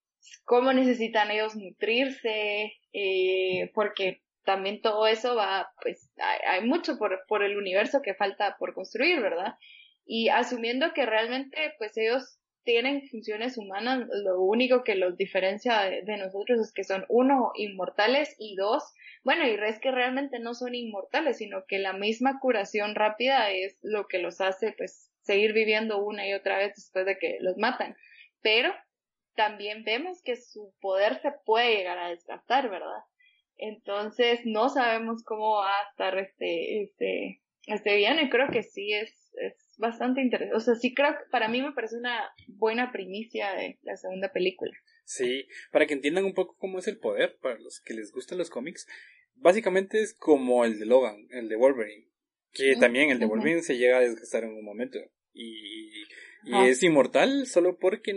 cómo necesitan ellos nutrirse, eh, porque también todo eso va, pues hay, hay mucho por, por el universo que falta por construir, ¿verdad? Y asumiendo que realmente pues ellos tienen funciones humanas, lo único que los diferencia de, de nosotros es que son uno, inmortales y dos, bueno, y es que realmente no son inmortales, sino que la misma curación rápida es lo que los hace pues seguir viviendo una y otra vez después de que los matan. Pero también vemos que su poder se puede llegar a desgastar, ¿verdad? Entonces no sabemos cómo va a estar este, este, este villano y creo que sí es, es bastante interesante. O sea, sí creo que para mí me parece una buena primicia de la segunda película. Sí, para que entiendan un poco cómo es el poder, para los que les gustan los cómics, básicamente es como el de Logan, el de Wolverine, que uh-huh. también el de Wolverine uh-huh. se llega a desgastar en un momento y, y uh-huh. es inmortal solo porque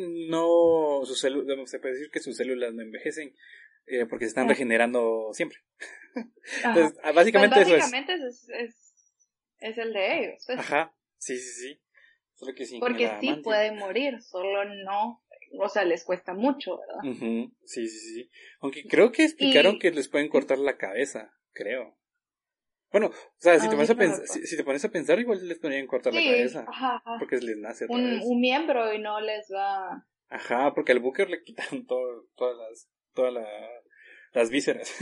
no, sus células, se puede decir que sus células no envejecen. Eh, porque se están uh-huh. regenerando siempre. Entonces, uh-huh. básicamente, pues básicamente eso es. Es, es, es el de ellos. Pues. Ajá, sí, sí, sí. Solo que sí. Porque sí pueden morir, solo no, o sea, les cuesta mucho, ¿verdad? Uh-huh. Sí, sí, sí. Aunque creo que explicaron y... que les pueden cortar la cabeza, creo. Bueno, o sea, si, ah, te, pones sí, a pens- no, si, si te pones a pensar, igual les podrían cortar sí, la cabeza. Ajá, ajá. Porque les nace otra un, vez. un miembro y no les va... Ajá, porque al Booker le quitaron todo, todas las, todas la, las vísceras.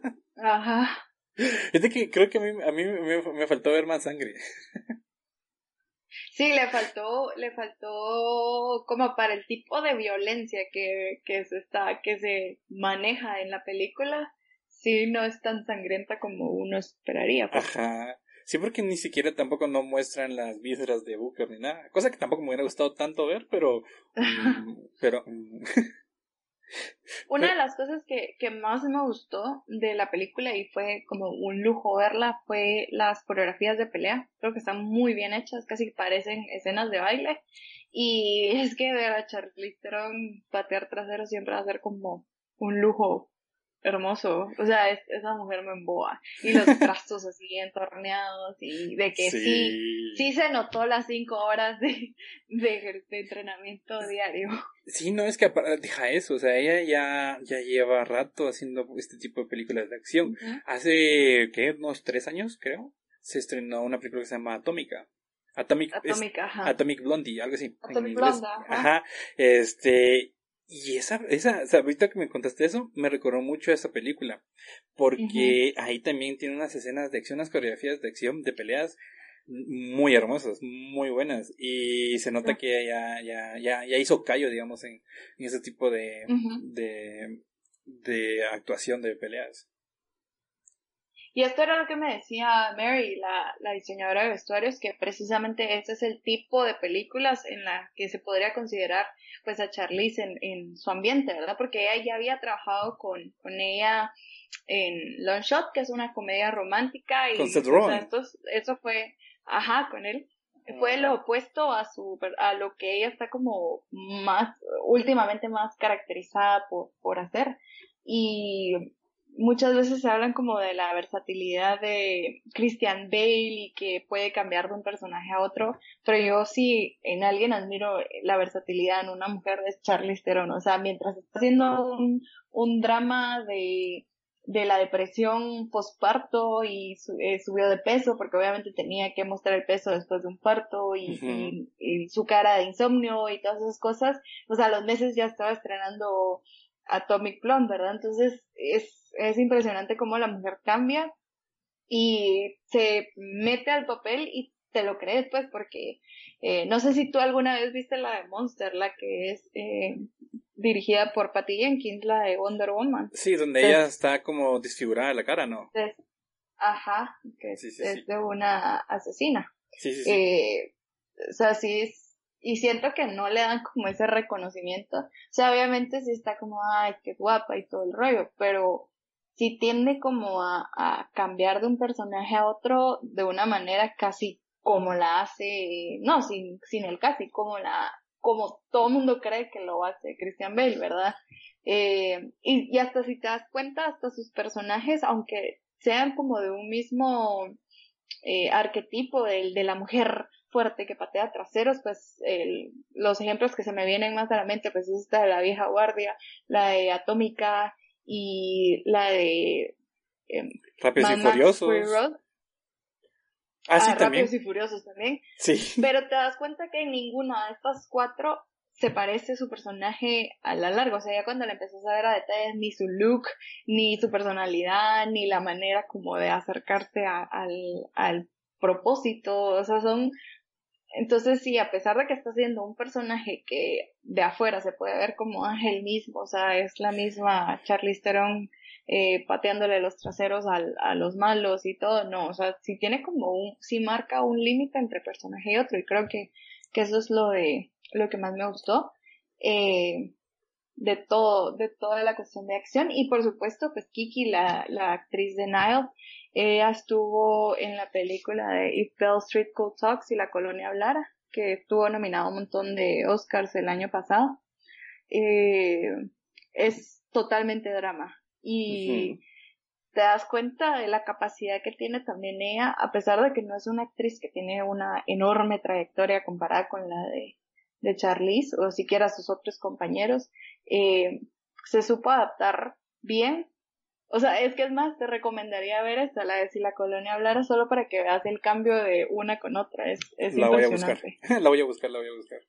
Ajá. Es de que creo que a mí, a mí me, me faltó ver más sangre. Sí, le faltó, le faltó como para el tipo de violencia que, que se está, que se maneja en la película, sí no es tan sangrienta como uno esperaría. Pues. Ajá. Sí, porque ni siquiera tampoco no muestran las vísceras de Booker ni nada. Cosa que tampoco me hubiera gustado tanto ver, pero... um, pero... Um, Una de las cosas que, que más me gustó de la película y fue como un lujo verla fue las coreografías de pelea. Creo que están muy bien hechas, casi parecen escenas de baile. Y es que ver a Charlize Theron patear trasero siempre va a ser como un lujo hermoso. O sea, es, esa mujer me emboba. Y los brazos así entorneados y de que sí, sí, sí se notó las cinco horas de, de, de entrenamiento diario. Sí, no, es que deja eso, o sea, ella ya, ya lleva rato haciendo este tipo de películas de acción. Uh-huh. Hace, ¿qué? Unos tres años, creo, se estrenó una película que se llama Atómica. Atomic, Atomic, es, ajá. Atomic Blondie, algo así. Atomic Blonde, ajá. Ajá, este, y esa, esa, o sea, ahorita que me contaste eso, me recordó mucho a esa película, porque uh-huh. ahí también tiene unas escenas de acción, unas coreografías de acción, de peleas, muy hermosas, muy buenas, y se nota que ya, ya, ya, ya hizo callo, digamos, en, en ese tipo de, uh-huh. de, de actuación de peleas. Y esto era lo que me decía Mary, la, la diseñadora de vestuarios, que precisamente ese es el tipo de películas en la que se podría considerar pues a Charlize en, en su ambiente, ¿verdad? Porque ella ya había trabajado con, con ella en Long Shot, que es una comedia romántica. Y, con Seth Rogen. O sea, esto, eso fue, ajá, con él. fue lo opuesto a su a lo que ella está como más últimamente más caracterizada por, por hacer. Y muchas veces se hablan como de la versatilidad de Christian Bale y que puede cambiar de un personaje a otro, pero yo sí en alguien admiro la versatilidad en una mujer es Charlize Theron. O sea, mientras está haciendo un, un drama de de la depresión postparto y su, eh, subió de peso porque obviamente tenía que mostrar el peso después de un parto y, uh-huh. y, y su cara de insomnio y todas esas cosas, o sea, a los meses ya estaba estrenando Atomic Blonde, ¿verdad? Entonces es, es impresionante cómo la mujer cambia y se mete al papel y te lo crees, pues, porque eh, no sé si tú alguna vez viste la de Monster, la que es eh, dirigida por Patty Jenkins, la de Wonder Woman. Sí, donde entonces, ella está como desfigurada la cara, ¿no? Es, ajá, que sí, sí, es sí. de una asesina. Sí, sí, sí. Eh, o sea, sí es, y siento que no le dan como ese reconocimiento. O sea, obviamente sí está como, ay, qué guapa y todo el rollo, pero sí tiende como a, a cambiar de un personaje a otro de una manera casi como la hace, no, sin, sin el casi, como la, como todo el mundo cree que lo hace Christian Bale, ¿verdad? Eh, y, y hasta si te das cuenta, hasta sus personajes, aunque sean como de un mismo eh, arquetipo del de la mujer fuerte que patea traseros, pues el, los ejemplos que se me vienen más a la mente, pues es esta de la vieja guardia, la de Atómica y la de eh, Rápidos y Furiosos. Ah, sí, ah, también. Rápidos y Furiosos también. Sí. Pero te das cuenta que en ninguna de estas cuatro se parece su personaje a la larga. O sea, ya cuando le empezás a ver a detalles, ni su look, ni su personalidad, ni la manera como de acercarse a, al, al propósito. O sea, son... Entonces sí, a pesar de que está siendo un personaje que de afuera se puede ver como Ángel mismo, o sea, es la misma Charlize Theron eh, pateándole los traseros al, a los malos y todo, no, o sea, sí tiene como un, sí marca un límite entre personaje y otro, y creo que, que eso es lo de, lo que más me gustó, eh, de todo, de toda la cuestión de acción, y por supuesto, pues Kiki, la, la actriz de Nile, ella estuvo en la película de If Beale Street Could Talk, si la colonia hablara, que estuvo nominado a un montón de Oscars el año pasado. Eh, es totalmente drama. Y uh-huh. te das cuenta de la capacidad que tiene también ella, a pesar de que no es una actriz que tiene una enorme trayectoria comparada con la de, de Charlize, o siquiera sus otros compañeros, eh, se supo adaptar bien. O sea, es que es más, te recomendaría ver esta, la de Si la colonia hablara, solo para que veas el cambio de una con otra. Es, es la impresionante. Voy a buscar. la voy a buscar, la voy a buscar.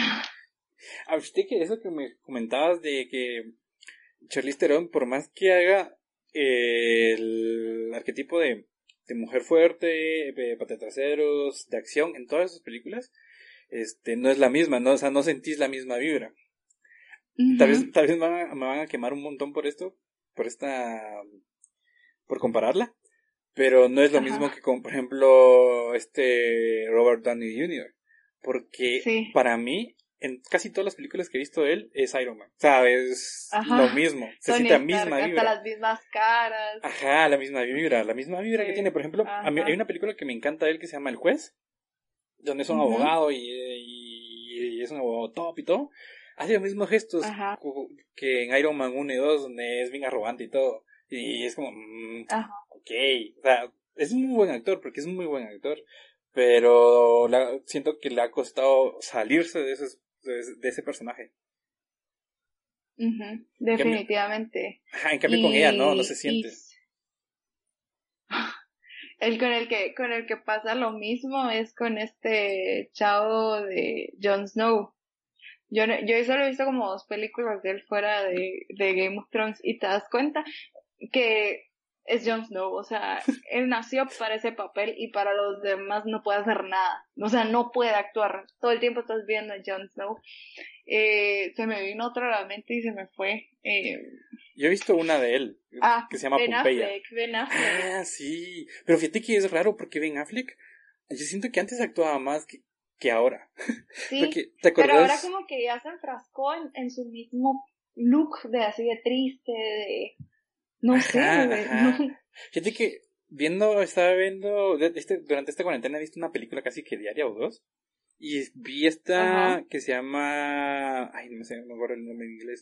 A usted que eso que me comentabas de que Charlize Theron, por más que haga eh, el arquetipo de, de mujer fuerte, de patatraseros, de acción, en todas sus películas, este, no es la misma, ¿no? O sea, no sentís la misma vibra. Uh-huh. Tal vez, tal vez me van, a, me van a quemar un montón por esto, por esta, por compararla, pero no es lo Ajá. mismo que con, por ejemplo, este Robert Downey junior, porque sí. para mí, en casi todas las películas que he visto de él, es Iron Man, ¿sabes? Ajá. Lo mismo, se Tony siente la Stark, misma hasta vibra. las mismas caras. Ajá, la misma vibra, la misma vibra sí. que tiene, por ejemplo, a mí, hay una película que me encanta de él que se llama El Juez, donde es un uh-huh. abogado y, y, y es un abogado top y todo. Hace los mismos gestos Ajá. que en Iron Man uno y dos, donde es bien arrogante y todo. Y es como, mmm, ok. O sea, es un muy buen actor, porque es un muy buen actor. Pero la, siento que le ha costado salirse de, esos, de, de ese personaje. Uh-huh. Definitivamente. En cambio, en cambio y, con ella no, no se siente. Y... El con el que con el que pasa lo mismo es con este chavo de Jon Snow. Yo, yo solo he visto como dos películas de él fuera de, de Game of Thrones y te das cuenta que es Jon Snow, o sea, él nació para ese papel y para los demás no puede hacer nada, o sea, no puede actuar, todo el tiempo estás viendo a Jon Snow. Eh, se me vino otra a la mente y se me fue. Eh... Yo he visto una de él, ah, que se llama Ben Pompeya. Affleck, Ben Affleck. Ah, sí, pero fíjate que es raro porque Ben Affleck, yo siento que antes actuaba más que que ahora. Sí, Porque, ¿te acuerdas? Pero ahora como que ya se enfrascó en, en su mismo look de así de triste, de... No ajá, sé, de, ajá. no. Fíjate que viendo, estaba viendo, de- este, durante esta cuarentena he visto una película casi que diaria o dos. Y vi esta Ajá, que se llama, ay, no me sé, no me acuerdo el nombre en inglés.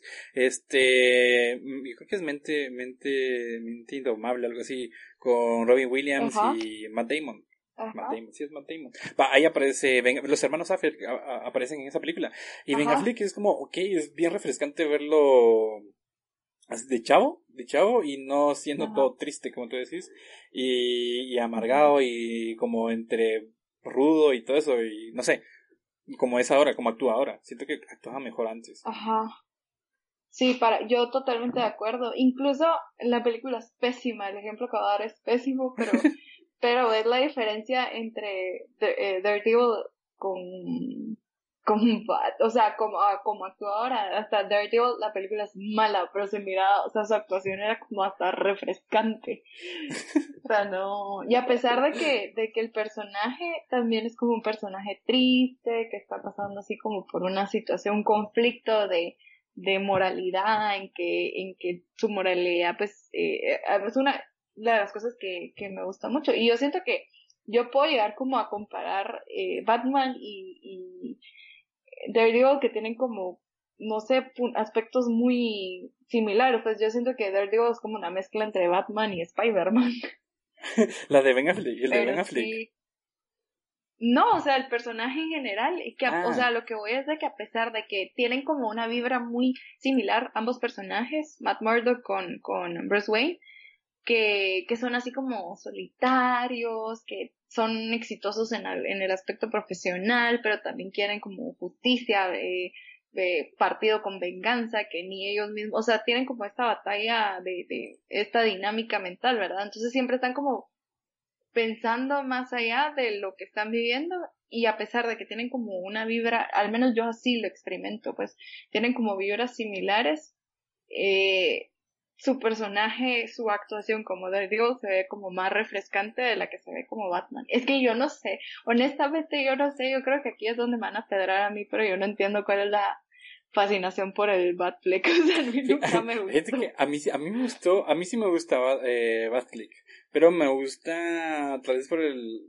Este, mm, yo creo que es Mente, Mente, Mente Indomable, algo así, con Robin Williams ajá, y Matt Damon. Matt ajá, Damon, sí es Matt Damon. Va, ahí aparece, Ben- los hermanos Affleck a- a- aparecen en esa película. Y Ben ajá, Affleck es como, ok, es bien refrescante verlo así de chavo, de chavo y no siendo ajá, todo triste, como tú decís, y, y ujú, amargado y como entre rudo y todo eso, y no sé, como es ahora, como actúa ahora. Siento que actuaba mejor antes. ajá. Sí, para, yo totalmente de acuerdo. Incluso la película es pésima, el ejemplo que voy a dar es pésimo, pero, pero ves la diferencia entre The- eh, Daredevil con, con Bat, o sea, como, ah, como actúa ahora. Hasta Daredevil, la película es mala, pero se mira, o sea, su actuación era como hasta refrescante. O sea, no, y a pesar de que, de que el personaje también es como un personaje triste, que está pasando así como por una situación, un conflicto de, de moralidad, en que, en que su moralidad, pues, eh, es una de las cosas que, que me gusta mucho. Y yo siento que yo puedo llegar como a comparar eh, Batman y, y Daredevil, que tienen como, no sé, pu- aspectos muy similares. Pues yo siento que Daredevil es como una mezcla entre Batman y Spider-Man. La de Ben Affleck, el de Ben Pero Affleck. sí, no, o sea, el personaje en general, y que, a- o Ah, sea, lo que voy es de que a pesar de que tienen como una vibra muy similar ambos personajes, Matt Murdock con, con Bruce Wayne, que, que son así como solitarios, que son exitosos en el, en el aspecto profesional, pero también quieren como justicia, de, de partido con venganza, que ni ellos mismos, o sea, tienen como esta batalla de, de esta dinámica mental, ¿verdad? Entonces siempre están como pensando más allá de lo que están viviendo y a pesar de que tienen como una vibra, al menos yo así lo experimento, pues tienen como vibras similares, eh, su personaje, su actuación como Daredevil se ve como más refrescante de la que se ve como Batman. Es que yo no sé, honestamente yo no sé, yo creo que aquí es donde me van a pedrar a mí, pero yo no entiendo cuál es la fascinación por el Batfleck, o sea, a mí nunca me fíjate gustó. que a mí, sí- a mí me gustó, a mí sí me gustaba eh, Batfleck, pero me gusta tal vez por el,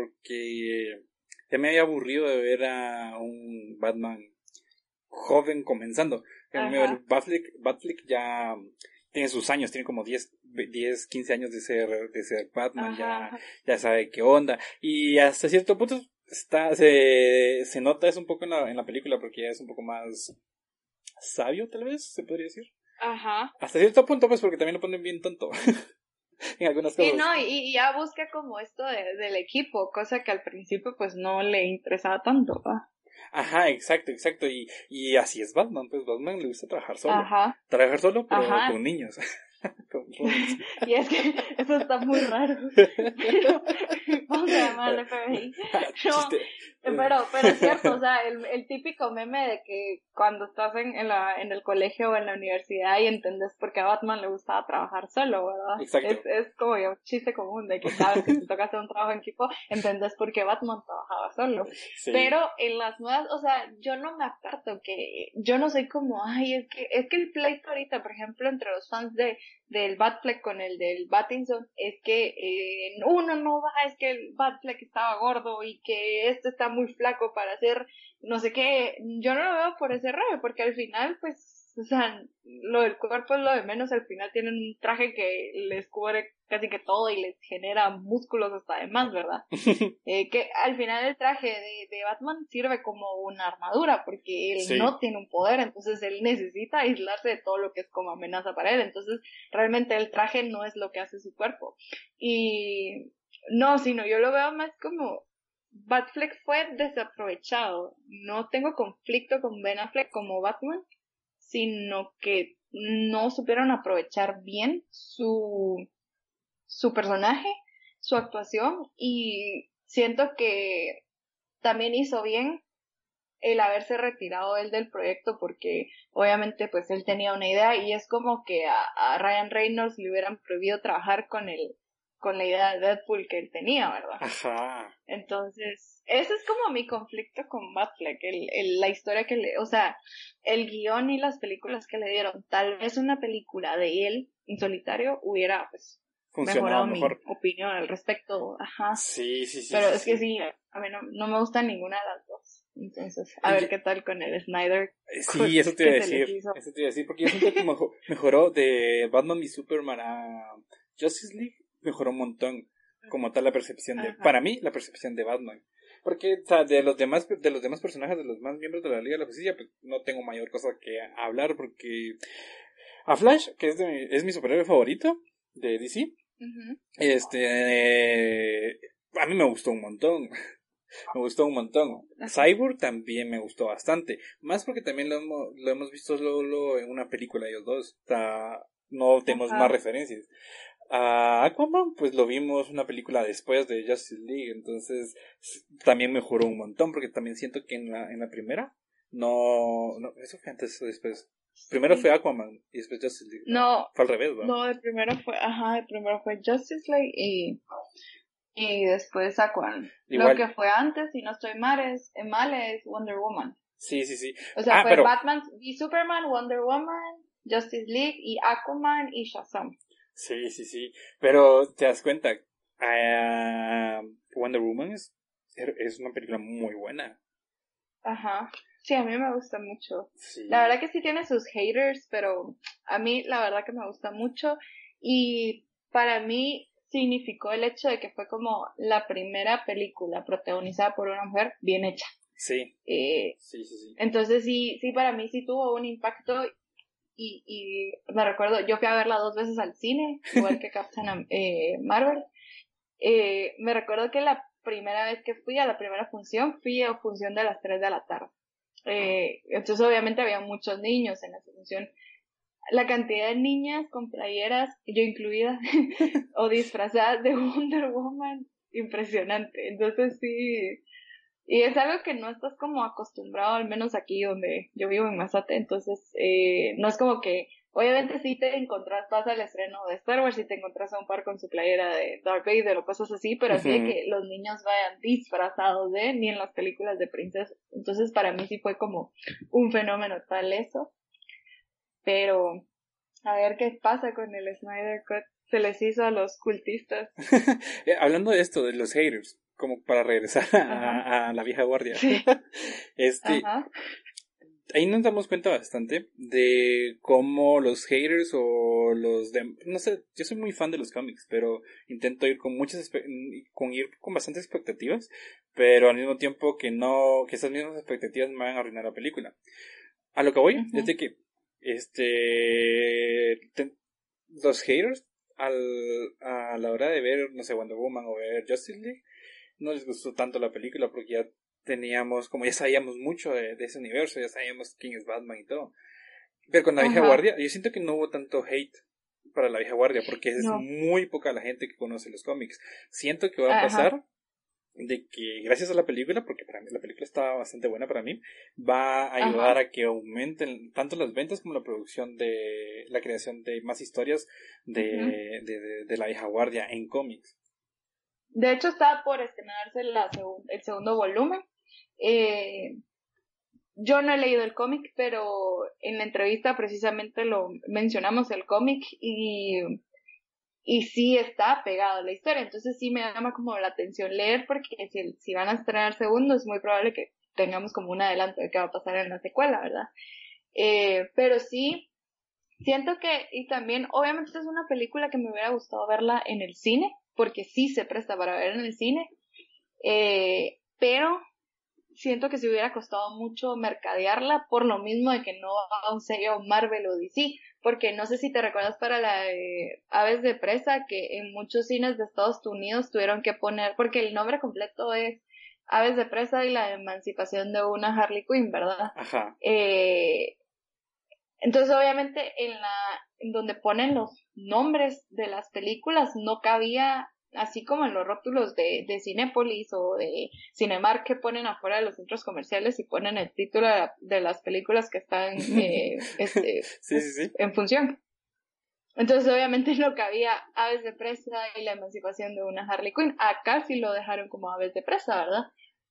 porque ya me había aburrido de ver a un Batman joven comenzando. En El Ajá, Batfleck, Batfleck ya tiene sus años, tiene como diez diez quince años de ser, de ser Batman, ajá, ya, ajá. ya sabe qué onda. Y hasta cierto punto está, se, se nota eso un poco en la, en la película porque ya es un poco más sabio, tal vez, se podría decir. Ajá. Hasta cierto punto, pues, porque también lo ponen bien tonto en algunas Sí, cosas. no, y, y ya busca como esto de, del equipo, cosa que al principio pues no le interesaba tanto, ¿va? Ajá, exacto, exacto. Y, y así es Batman, pues Batman le gusta trabajar solo. Ajá, Trabajar solo, pero ajá. con niños, con roomies. Y es que eso está muy raro. Pero vamos a llamar al F B I. No, Chiste. pero, pero es cierto, o sea, el, el típico meme de que cuando estás en, en la, en el colegio o en la universidad y entendés por qué a Batman le gustaba trabajar solo, ¿verdad? Es, Exacto. es como un chiste común de que cada vez que te toca hacer un trabajo en equipo, entendés por qué Batman trabajaba solo. Sí. Pero en las nuevas, o sea, yo no me aparto que, yo no soy como, ay, es que, es que el pleito ahorita, por ejemplo, entre los fans de, del Batfleck con el del Pattinson, es que eh, uno no va, es que el Batfleck estaba gordo y que este está muy flaco para hacer no sé qué. Yo no lo veo por ese rollo, porque al final, pues, o sea, lo del cuerpo es lo de menos, al final tienen un traje que les cubre casi que todo y les genera músculos hasta de más, ¿verdad? Eh, que al final el traje de, de Batman sirve como una armadura porque él Sí. no tiene un poder, entonces él necesita aislarse de todo lo que es como amenaza para él, entonces realmente el traje no es lo que hace su cuerpo. Y no, sino yo lo veo más como Batfleck fue desaprovechado. No tengo conflicto con Ben Affleck como Batman, sino que no supieron aprovechar bien su su personaje, su actuación y siento que también hizo bien el haberse retirado él del proyecto porque obviamente pues él tenía una idea y es como que a, a Ryan Reynolds le hubieran prohibido trabajar con el con la idea de Deadpool que él tenía, ¿verdad? Ajá. Entonces, ese es como mi conflicto con Batfleck, el, el, la historia que le, o sea, el guión y las películas que le dieron. Tal vez una película de él en solitario hubiera, pues, mejorado mejor. mi opinión al respecto, ajá. Sí, sí, sí. Pero sí, es sí. que sí, a mí no, no me gusta ninguna de las dos. Entonces, a ver qué tal con el Snyder. Sí, eso te iba a decir. Eso te iba a decir, porque yo siento que mejor, mejoró de Batman y Superman a Justice League, mejoró un montón. Como tal la percepción de, ajá. Para mí, la percepción de Batman. Porque, o sea, de los demás, de los demás personajes, de los demás miembros de la Liga de la Justicia, pues no tengo mayor cosa que hablar, porque a Flash, que es, de, es mi superhéroe favorito de D C, uh-huh. este, eh, a mí me gustó un montón. Me gustó un montón. Cyborg también me gustó bastante. Más porque también lo hemos, lo hemos visto solo en una película ellos dos. O sea, no tenemos ajá. más referencias. A Aquaman, pues lo vimos una película después de Justice League. Entonces, también mejoró un montón. Porque también siento que en la, en la primera, no, no, eso fue antes o después. Primero sí. fue Aquaman y después Justice League. No, no fue al revés, ¿no? No, de primero fue, ajá, de primero fue Justice League y... Y después Aquaman. Igual. Lo que fue antes, si no estoy mal, es, mal, es Wonder Woman. Sí, sí, sí. O sea, ah, fue pero... Batman y Superman, Wonder Woman, Justice League y Aquaman y Shazam. Sí, sí, sí. Pero te das cuenta, uh, Wonder Woman es, es una película muy buena. Ajá. Sí, a mí me gusta mucho. Sí. La verdad que sí tiene sus haters, pero a mí la verdad que me gusta mucho. Y para mí... significó el hecho de que fue como la primera película protagonizada por una mujer bien hecha. Sí. Eh, sí, sí, sí. Entonces sí, sí, para mí sí tuvo un impacto y, y me recuerdo, yo fui a verla dos veces al cine, igual que Captain eh, Marvel. Eh, me recuerdo que la primera vez que fui a la primera función, fui a función de las tres de la tarde. Eh, entonces obviamente había muchos niños en esa función. La cantidad de niñas con playeras, yo incluida, o disfrazadas de Wonder Woman, impresionante. Entonces sí, y es algo que no estás como acostumbrado, al menos aquí donde yo vivo en Mazate, entonces eh, no es como que, obviamente sí te encontrás, vas al estreno de Star Wars y te encontrás a un par con su playera de Darth Vader o cosas así, pero así uh-huh. de que los niños vayan disfrazados de, ni en las películas de princesas. Entonces para mí sí fue como un fenómeno tal eso. Pero, a ver qué pasa con el Snyder Cut. Se les hizo a los cultistas. Hablando de esto, de los haters, como para regresar a, a la vieja guardia. Sí. este, Ajá. Ahí nos damos cuenta bastante de cómo los haters o los de, no sé, yo soy muy fan de los cómics, pero intento ir con muchas, con ir con bastantes expectativas, pero al mismo tiempo que no, que esas mismas expectativas me van a arruinar la película. A lo que voy uh-huh. es de que Este te, los haters al, a la hora de ver, no sé, Wonder Woman o ver Justice League, no les gustó tanto la película porque ya teníamos, como ya sabíamos mucho de, de ese universo, ya sabíamos quién es Batman y todo. Pero con la vieja Ajá. guardia, yo siento que no hubo tanto hate para la vieja guardia porque es no. muy poca la gente que conoce los cómics. Siento que va a pasar Ajá. de que gracias a la película, porque para mí la película está bastante buena para mí, va a ayudar Ajá. a que aumenten tanto las ventas como la producción de la creación de más historias de, uh-huh. de, de, de la vieja guardia en cómics. De hecho está por estrenarse la segun, el segundo volumen. Eh, yo no he leído el cómic, pero en la entrevista precisamente lo mencionamos el cómic y Y sí está pegado a la historia, entonces sí me llama como la atención leer, porque si, si van a estrenar segundo es muy probable que tengamos como un adelanto de qué va a pasar en la secuela, ¿verdad? Eh, pero sí, siento que, y también, obviamente es una película que me hubiera gustado verla en el cine, porque sí se presta para ver en el cine, eh, pero siento que se hubiera costado mucho mercadearla por lo mismo de que no va a un sello Marvel o D C, porque no sé si te recuerdas para la de Aves de Presa que en muchos cines de Estados Unidos tuvieron que poner, porque el nombre completo es Aves de Presa y la emancipación de una Harley Quinn, ¿verdad? Ajá. Eh, entonces obviamente en la en donde ponen los nombres de las películas no cabía, así como en los rótulos de, de Cinépolis o de Cinemark que ponen afuera de los centros comerciales y ponen el título de, la, de las películas que están eh, este, sí, sí, sí. en función. Entonces obviamente no cabía Aves de Presa y la emancipación de una Harley Quinn. Acá sí lo dejaron como Aves de Presa, ¿verdad?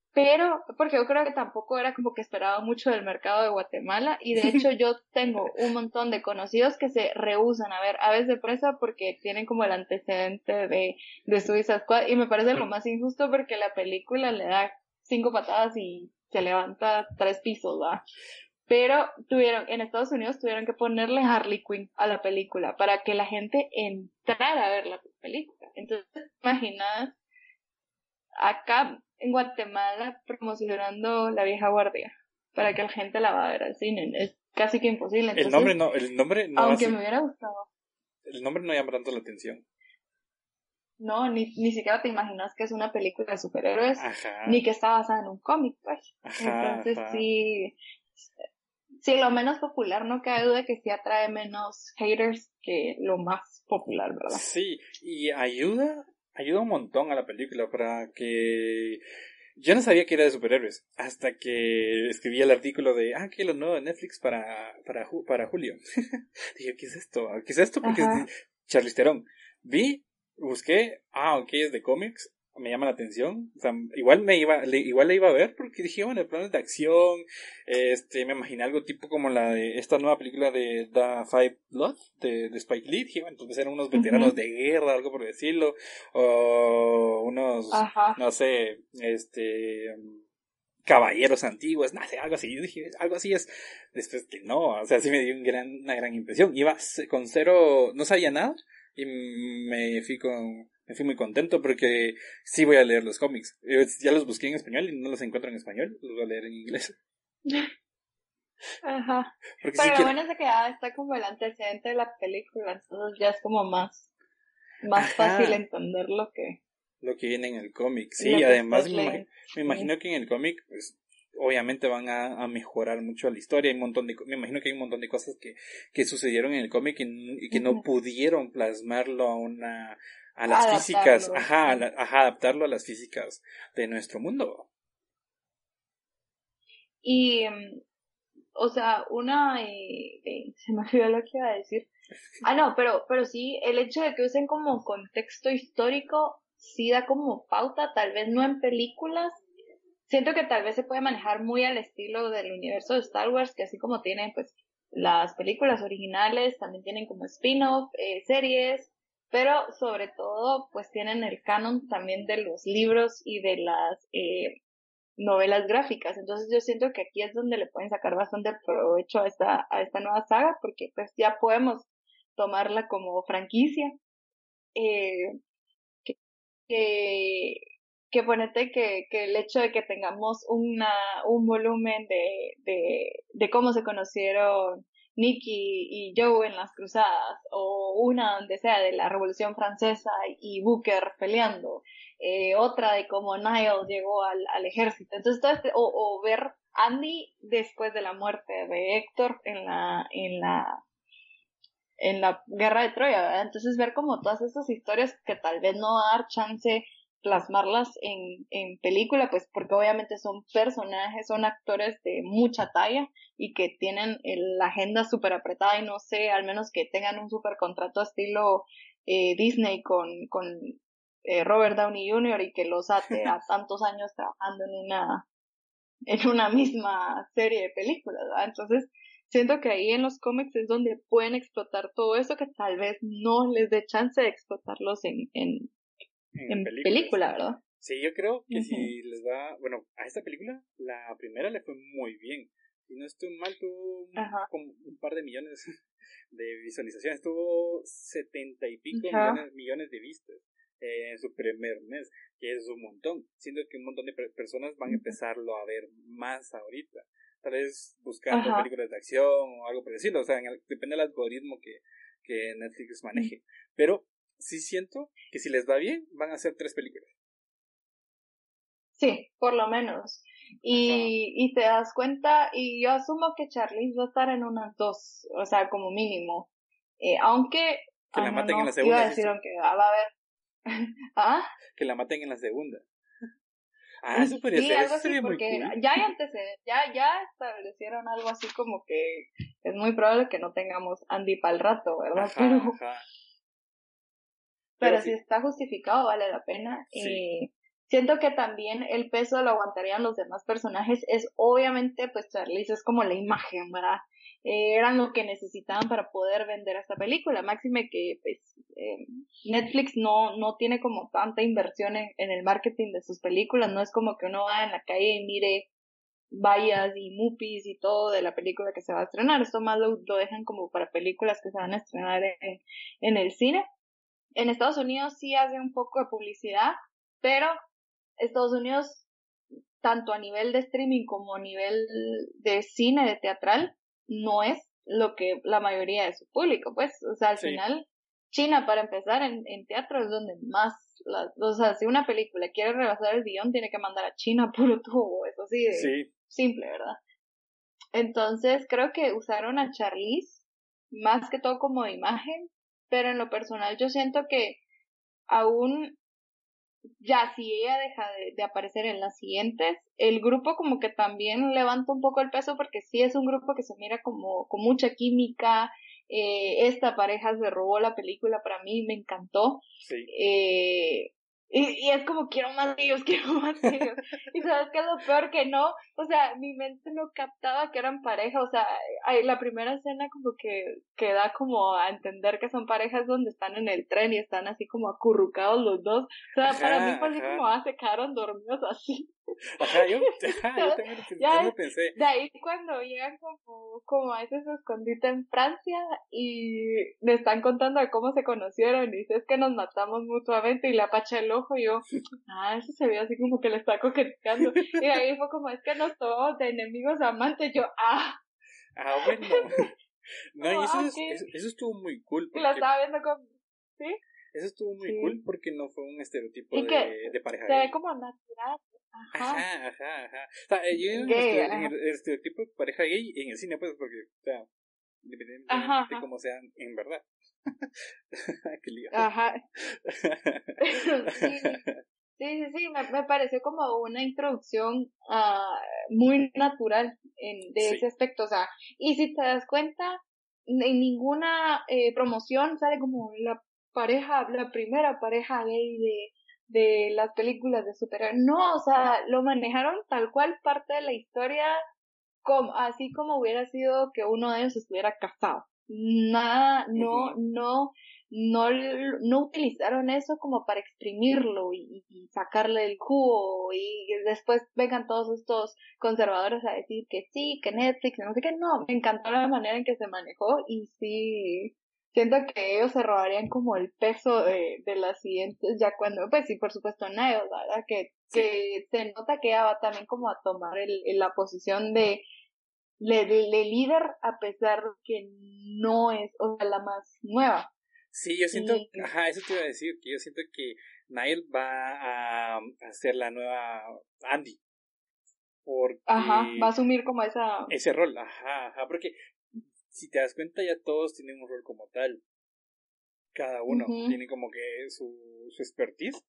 pero porque yo creo que tampoco era como que esperaba mucho del mercado de Guatemala, y de hecho yo tengo un montón de conocidos que se rehúsan a ver Aves de Presa porque tienen como el antecedente de, de Suicide Squad, y me parece lo más injusto porque la película le da cinco patadas y se levanta tres pisos, ¿va? Pero tuvieron, en Estados Unidos tuvieron que ponerle Harley Quinn a la película para que la gente entrara a ver la película. Entonces, imaginas acá en Guatemala promocionando La Vieja Guardia para que la gente la va a ver al cine. Es casi que imposible. Entonces, el nombre no, el nombre no aunque hace, me hubiera gustado. el nombre no llama tanto la atención. No, ni, ni siquiera te imaginas que es una película de superhéroes, Ajá. ni que está basada en un cómic, pues. Ajá, Entonces ajá. sí, sí, lo menos popular, no cabe duda que sí atrae menos haters que lo más popular, ¿verdad? Sí, y ayuda, ayuda un montón a la película para que... Yo no sabía que era de superhéroes hasta que escribí el artículo de, ah, que lo nuevo de Netflix para, para, ju- para julio. Dije, ¿qué es esto? ¿Qué es esto? Porque es de Ajá. Charlize Theron. Vi, busqué, ah, ok, es de cómics, me llama la atención. O sea, igual me iba, le, igual la iba a ver porque dije, bueno, el plan es de acción. Este, me imaginé algo tipo como la de esta nueva película de The Five Blood de, de Spike Lee. Dije, bueno, entonces eran unos veteranos Uh-huh. de guerra, algo por decirlo, o unos, Ajá. no sé, este, caballeros antiguos, no sé, algo así. Yo dije, algo así es. Después que no, o sea, sí me dio un gran, una gran impresión. Iba c- con cero, no sabía nada y me fui con, me fui muy contento porque sí voy a leer los cómics. Yo ya los busqué en español y no los encuentro en español, los voy a leer en inglés. Ajá. Porque sí Pero lo quiero. bueno es de que ya está como el antecedente de la película, entonces ya es como más, más fácil Ajá, entender lo que, lo que viene en el cómic. Sí, lo que además estás me, imagi- leyendo. me Sí. imagino que en el cómic, pues, obviamente van a, a mejorar mucho la historia. Hay un montón de, co- me imagino que hay un montón de cosas que, que sucedieron en el cómic y, n- y que no Ujú. pudieron plasmarlo a una, a las físicas, Adaptarlo. ajá, a Sí. la- ajá, adaptarlo a las físicas de nuestro mundo. Y, mm, o sea, una, eh, eh, se me olvidó lo que iba a decir. Ah, no, pero, pero sí, el hecho de que usen como contexto histórico, sí da como pauta, tal vez no en películas. Siento que tal vez se puede manejar muy al estilo del universo de Star Wars, que así como tienen pues las películas originales, también tienen como spin-off, eh, series, pero sobre todo pues tienen el canon también de los libros y de las eh, novelas gráficas. Entonces yo siento que aquí es donde le pueden sacar bastante provecho a esta, a esta nueva saga, porque pues ya podemos tomarla como franquicia. Eh, que, que, que ponete que, que el hecho de que tengamos una, un volumen de, de, de cómo se conocieron Nicky y Joe en las cruzadas, o una donde sea de la Revolución Francesa y Booker peleando, eh, otra de cómo Niall llegó al, al ejército. Entonces, todo este, o, o ver Andy después de la muerte de Héctor en la, en la, en la guerra de Troya, ¿verdad? Entonces ver como todas estas historias que tal vez no va a dar chance plasmarlas en, en película, pues porque obviamente son personajes, son actores de mucha talla y que tienen el, la agenda súper apretada y no sé, al menos que tengan un súper contrato estilo eh, Disney con, con eh, Robert Downey junior y que los ate a tantos años trabajando en una, en una misma serie de películas, ¿verdad? Entonces, siento que ahí en los cómics es donde pueden explotar todo eso que tal vez no les dé chance de explotarlos en, en, En en películas. película, ¿verdad? Sí, yo creo que Uh-huh. si les va, bueno, a esta película, la primera le fue muy bien. Si no estoy mal, tuvo un, Ajá. como un par de millones de visualizaciones. Tuvo setenta y pico Ajá. millones, millones de vistas eh, en su primer mes, que es un montón. Siento que un montón de per- personas van a empezarlo a ver más ahorita. Tal vez buscando Ajá. películas de acción o algo por decirlo. O sea, en el- depende del algoritmo que, que Netflix maneje. Pero sí siento que si les va bien, van a hacer tres películas. Sí, por lo menos. Ajá. Y, y te das cuenta, y yo asumo que Charlize va a estar en unas dos, o sea, como mínimo. Eh, aunque, Que ah, la no, maten en la no, iba segunda, a ¿sí decir, esto? aunque ah, va a haber, ah, Que la maten en la segunda. Ah, eso y podría sí, ser, algo eso así, sería muy porque cool. ya hay antecedentes, ya, ya establecieron algo así como que es muy probable que no tengamos Andy para el rato, ¿verdad? Ajá, Pero, ajá. Pero pero si sí, está justificado, vale la pena. sí. Eh, siento que también el peso lo aguantarían los demás personajes. Es obviamente, pues Charlize es como la imagen, ¿verdad? Eh, eran lo que necesitaban para poder vender esta película. Máxime que pues eh, Netflix no, no tiene como tanta inversión en, en el marketing de sus películas. No es como que uno va en la calle y mire vallas y mupis y todo de la película que se va a estrenar. Esto más lo, lo dejan como para películas que se van a estrenar en, en el cine. En Estados Unidos sí hace un poco de publicidad, pero Estados Unidos, tanto a nivel de streaming como a nivel de cine, de teatral, no es lo que la mayoría de su público, pues, o sea, al sí. final, China, para empezar, en, en teatro es donde más, la, o sea, si una película quiere rebasar el billón, tiene que mandar a China puro tubo, eso sí, de sí. simple, ¿verdad? Entonces, creo que usaron a Charlize, más que todo como imagen, pero en lo personal yo siento que aún ya si ella deja de, de aparecer en las siguientes, el grupo como que también levanta un poco el peso porque sí es un grupo que se mira como con mucha química. Eh, esta pareja se robó la película, para mí me encantó. Sí. Eh, y, y es como quiero más de ellos, quiero más de ellos. Y sabes qué es lo peor, que no, o sea, mi mente no captaba que eran pareja. O sea, hay, la primera escena como que, que da como a entender que son parejas donde están en el tren y están así como acurrucados los dos. O sea, ajá, para mí fue así ajá. como, ah, se quedaron dormidos así. Ajá, yo, ajá, yo también lo, ya, yo lo pensé. De ahí cuando llegan como, como a ese escondite en Francia y le están contando de cómo se conocieron y dice, es que nos matamos mutuamente y le apacha el ojo y yo, ah, eso se ve así como que le está coqueteando. Y de ahí fue como, es que nos tomamos de enemigos a amantes. Yo, ah. Ah, bueno. No, y eso, oh, okay. es, eso, eso estuvo muy cool. Porque... La estaba viendo como, ¿sí? Eso estuvo muy sí. cool porque no fue un estereotipo y de, de pareja se gay. ve como natural. Ajá, ajá, ajá. ajá. O sea, yo en, gay, el, en el, el estereotipo de pareja gay en el cine, pues, porque, o sea, independientemente ajá, de cómo sean en verdad. Qué lío. Ajá. sí. Sí, sí, sí, me, me pareció como una introducción uh, muy natural en, de sí. ese aspecto, o sea, y si te das cuenta, en ninguna eh, promoción sale como la pareja, la primera pareja gay de, de las películas de superhéroes. No, o sea, lo manejaron tal cual parte de la historia, como, así como hubiera sido que uno de ellos estuviera casado. Nada, no, uh-huh. no, no, no utilizaron eso como para exprimirlo y, y sacarle el jugo y después vengan todos estos conservadores a decir que sí, que Netflix, no sé qué. No, me encantó la manera en que se manejó y sí, siento que ellos se robarían como el peso de, de las siguientes ya cuando, pues sí, por supuesto Niall, ¿verdad? Que, sí. que se nota que ella va también como a tomar el, la posición de de, de, de líder a pesar de que no es, o sea, la más nueva. Sí, yo siento, y, ajá, eso te iba a decir, que yo siento que Niall va a, a ser la nueva Andy. Porque ajá, va a asumir como esa... ese rol, ajá, ajá, porque si te das cuenta ya todos tienen un rol como tal. Cada uno uh-huh. tiene como que su, su expertise.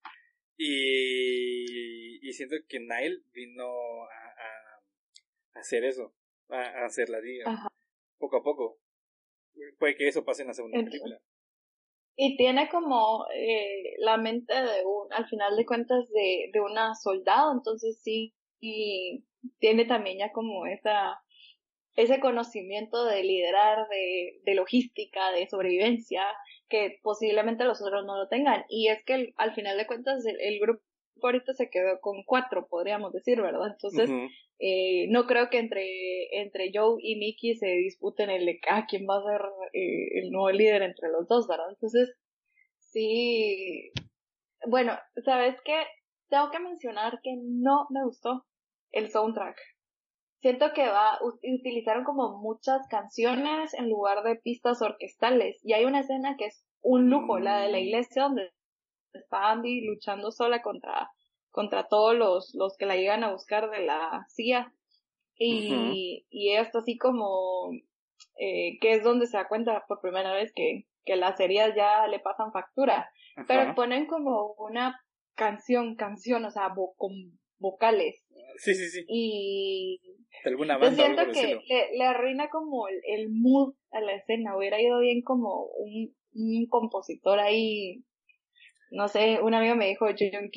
Y, y siento que Niall vino a, a, a hacer eso. A hacer la liga poco a poco. Puede que eso pase en la segunda Entonces, película. Y tiene como eh, la mente de un, al final de cuentas, de, de una soldado, entonces sí, y tiene también ya como esa ese conocimiento de liderar, de, de logística, de sobrevivencia, que posiblemente los otros no lo tengan. Y es que el, al final de cuentas el, el grupo ahorita se quedó con cuatro, podríamos decir, ¿verdad? Entonces, uh-huh. eh, no creo que entre, entre Joe y Mickey se disputen el de ah, quién va a ser eh, el nuevo líder entre los dos, ¿verdad? Entonces, sí, bueno, ¿sabes qué? Tengo que mencionar que no me gustó el soundtrack. Siento que va, utilizaron como muchas canciones en lugar de pistas orquestales, y hay una escena que es un lujo, mm. la de la iglesia donde está Andy luchando sola contra, contra todos los, los que la llegan a buscar de la C I A. Y, uh-huh. y ella está así como, eh, que es donde se da cuenta por primera vez que, que las heridas ya le pasan factura. Uh-huh. Pero ponen como una canción, canción, o sea, vo- con vocales. Sí, sí, sí. Y alguna banda, yo siento algo que le, le arruina como el, el mood a la escena. Hubiera ido bien como un, un compositor ahí. No sé, un amigo me dijo Junkie X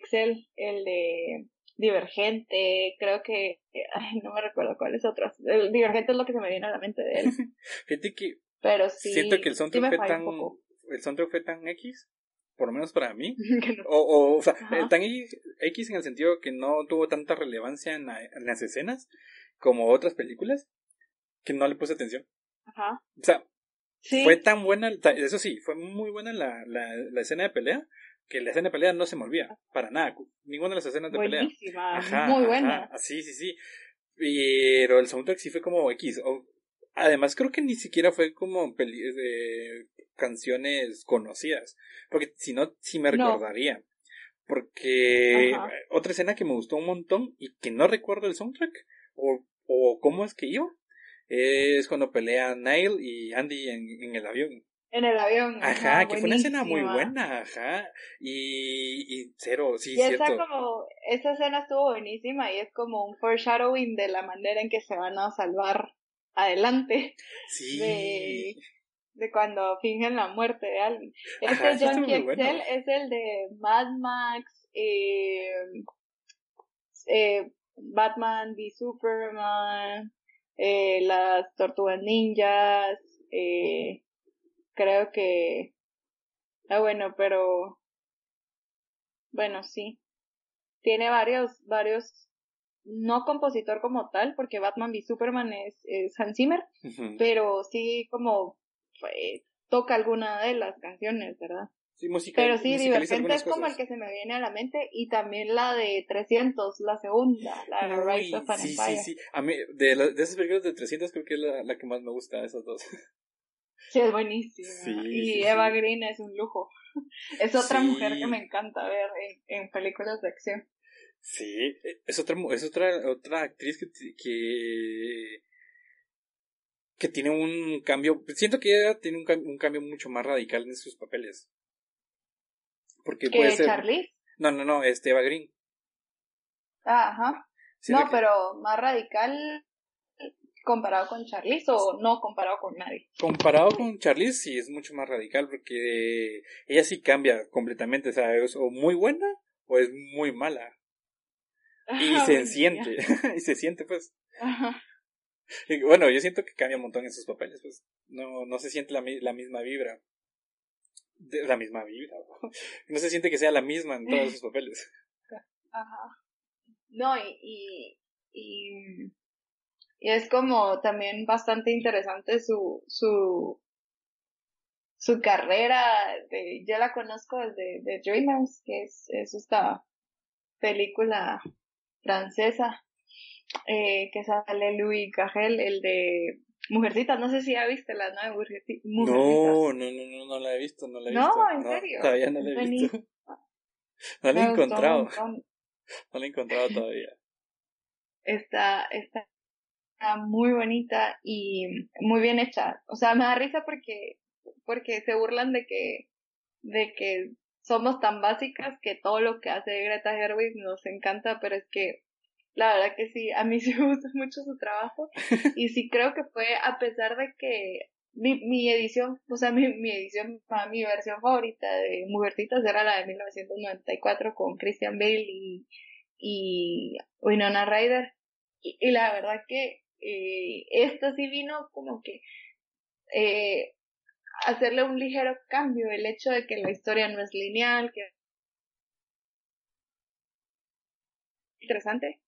Excel, el de Divergente, creo que, ay, no me recuerdo cuáles otros. El Divergente es lo que se me viene a la mente de él. Fíjate que Pero sí, siento que el soundtrack sí fue fue tan, el soundtrack fue tan X, por lo menos para mí, no. o, o, o sea, Ajá. tan X en el sentido que no tuvo tanta relevancia en, la, en las escenas como otras películas, que no le puse atención. Ajá. O sea, sí. Fue tan buena, eso sí, fue muy buena la, la, la escena de pelea, que la escena de pelea no se me olvida, para nada, ninguna de las escenas de pelea. Buenísima, Ajá, muy ajá, buena. sí, sí, sí, pero el soundtrack sí fue como X, o, además creo que ni siquiera fue como peli, de canciones conocidas, porque si no, sí me recordaría, no. Porque ajá. Otra escena que me gustó un montón y que no recuerdo el soundtrack, o, o cómo es que iba, es cuando pelean Niall y Andy en, en el avión. En el avión. Ajá, ajá que fue una escena muy buena, ajá. Y, y cero, sí, y esa cierto. como, esa escena estuvo buenísima y es como un foreshadowing de la manera en que se van a salvar adelante. Sí. De, de cuando fingen la muerte de alguien. Este ajá, Junkie Excel bueno. es el de Mad Max, eh, eh, Batman v Superman, eh, las Tortugas Ninjas, eh, creo que, ah bueno, pero, bueno, sí, tiene varios, varios, no compositor como tal, porque Batman v Superman es, es Hans Zimmer, uh-huh. Pero sí como pues, toca alguna de las canciones, ¿verdad? Sí, musical, pero sí, Divergente es como el que se me viene a la mente, y también la de trescientos, la segunda, la de Uy, Rise of an sí, Empire. sí, sí, a mí, de, la, de esas películas de trescientos creo que es la, la que más me gusta, esas dos. Sí, es buenísima, sí, y sí, Eva sí. Green es un lujo, es otra sí. mujer que me encanta ver en, en películas de acción. Sí, es otra, es otra, otra actriz que, que que tiene un cambio, siento que ella tiene un, un cambio mucho más radical en sus papeles. Porque ¿Que puede ser... Charlize? No, no, no, este Eva Green. Ah, ajá. Siento no, que... pero más radical comparado con Charlize o no comparado con nadie. Comparado con Charlize sí es mucho más radical porque ella sí cambia completamente, o sea, es o muy buena o es muy mala. Y ah, se bueno, siente, y se siente pues. Ajá. Y bueno, yo siento que cambia un montón en sus papeles, pues. No, no se siente la, la misma vibra. De, la misma vibra. ¿no? no se siente que sea la misma en todos sus papeles. Ajá. No, y, y, y, y es como también bastante interesante su, su, su carrera. De, yo la conozco desde de Dreamers, que es, es esta película francesa. Eh, que sale Louis Garrel, el de Mujercitas, no sé si ya viste la nueva Mujercitas. No, no, no, no, no la he visto, no la he no, visto. ¿en serio? No, todavía no la he visto. No la he encontrado. No la he encontrado todavía. Está, está muy bonita y muy bien hecha. O sea, me da risa porque, porque se burlan de que, de que somos tan básicas que todo lo que hace Greta Gerwig nos encanta, pero es que la verdad que sí, a mí sí me gusta mucho su trabajo y sí creo que fue a pesar de que mi, mi edición, o sea, mi, mi edición, mi versión favorita de Mujercitas era la de mil novecientos noventa y cuatro con Christian Bale y, y Winona Ryder y, y la verdad que eh, esta sí vino como que eh, hacerle un ligero cambio, el hecho de que la historia no es lineal, que es interesante.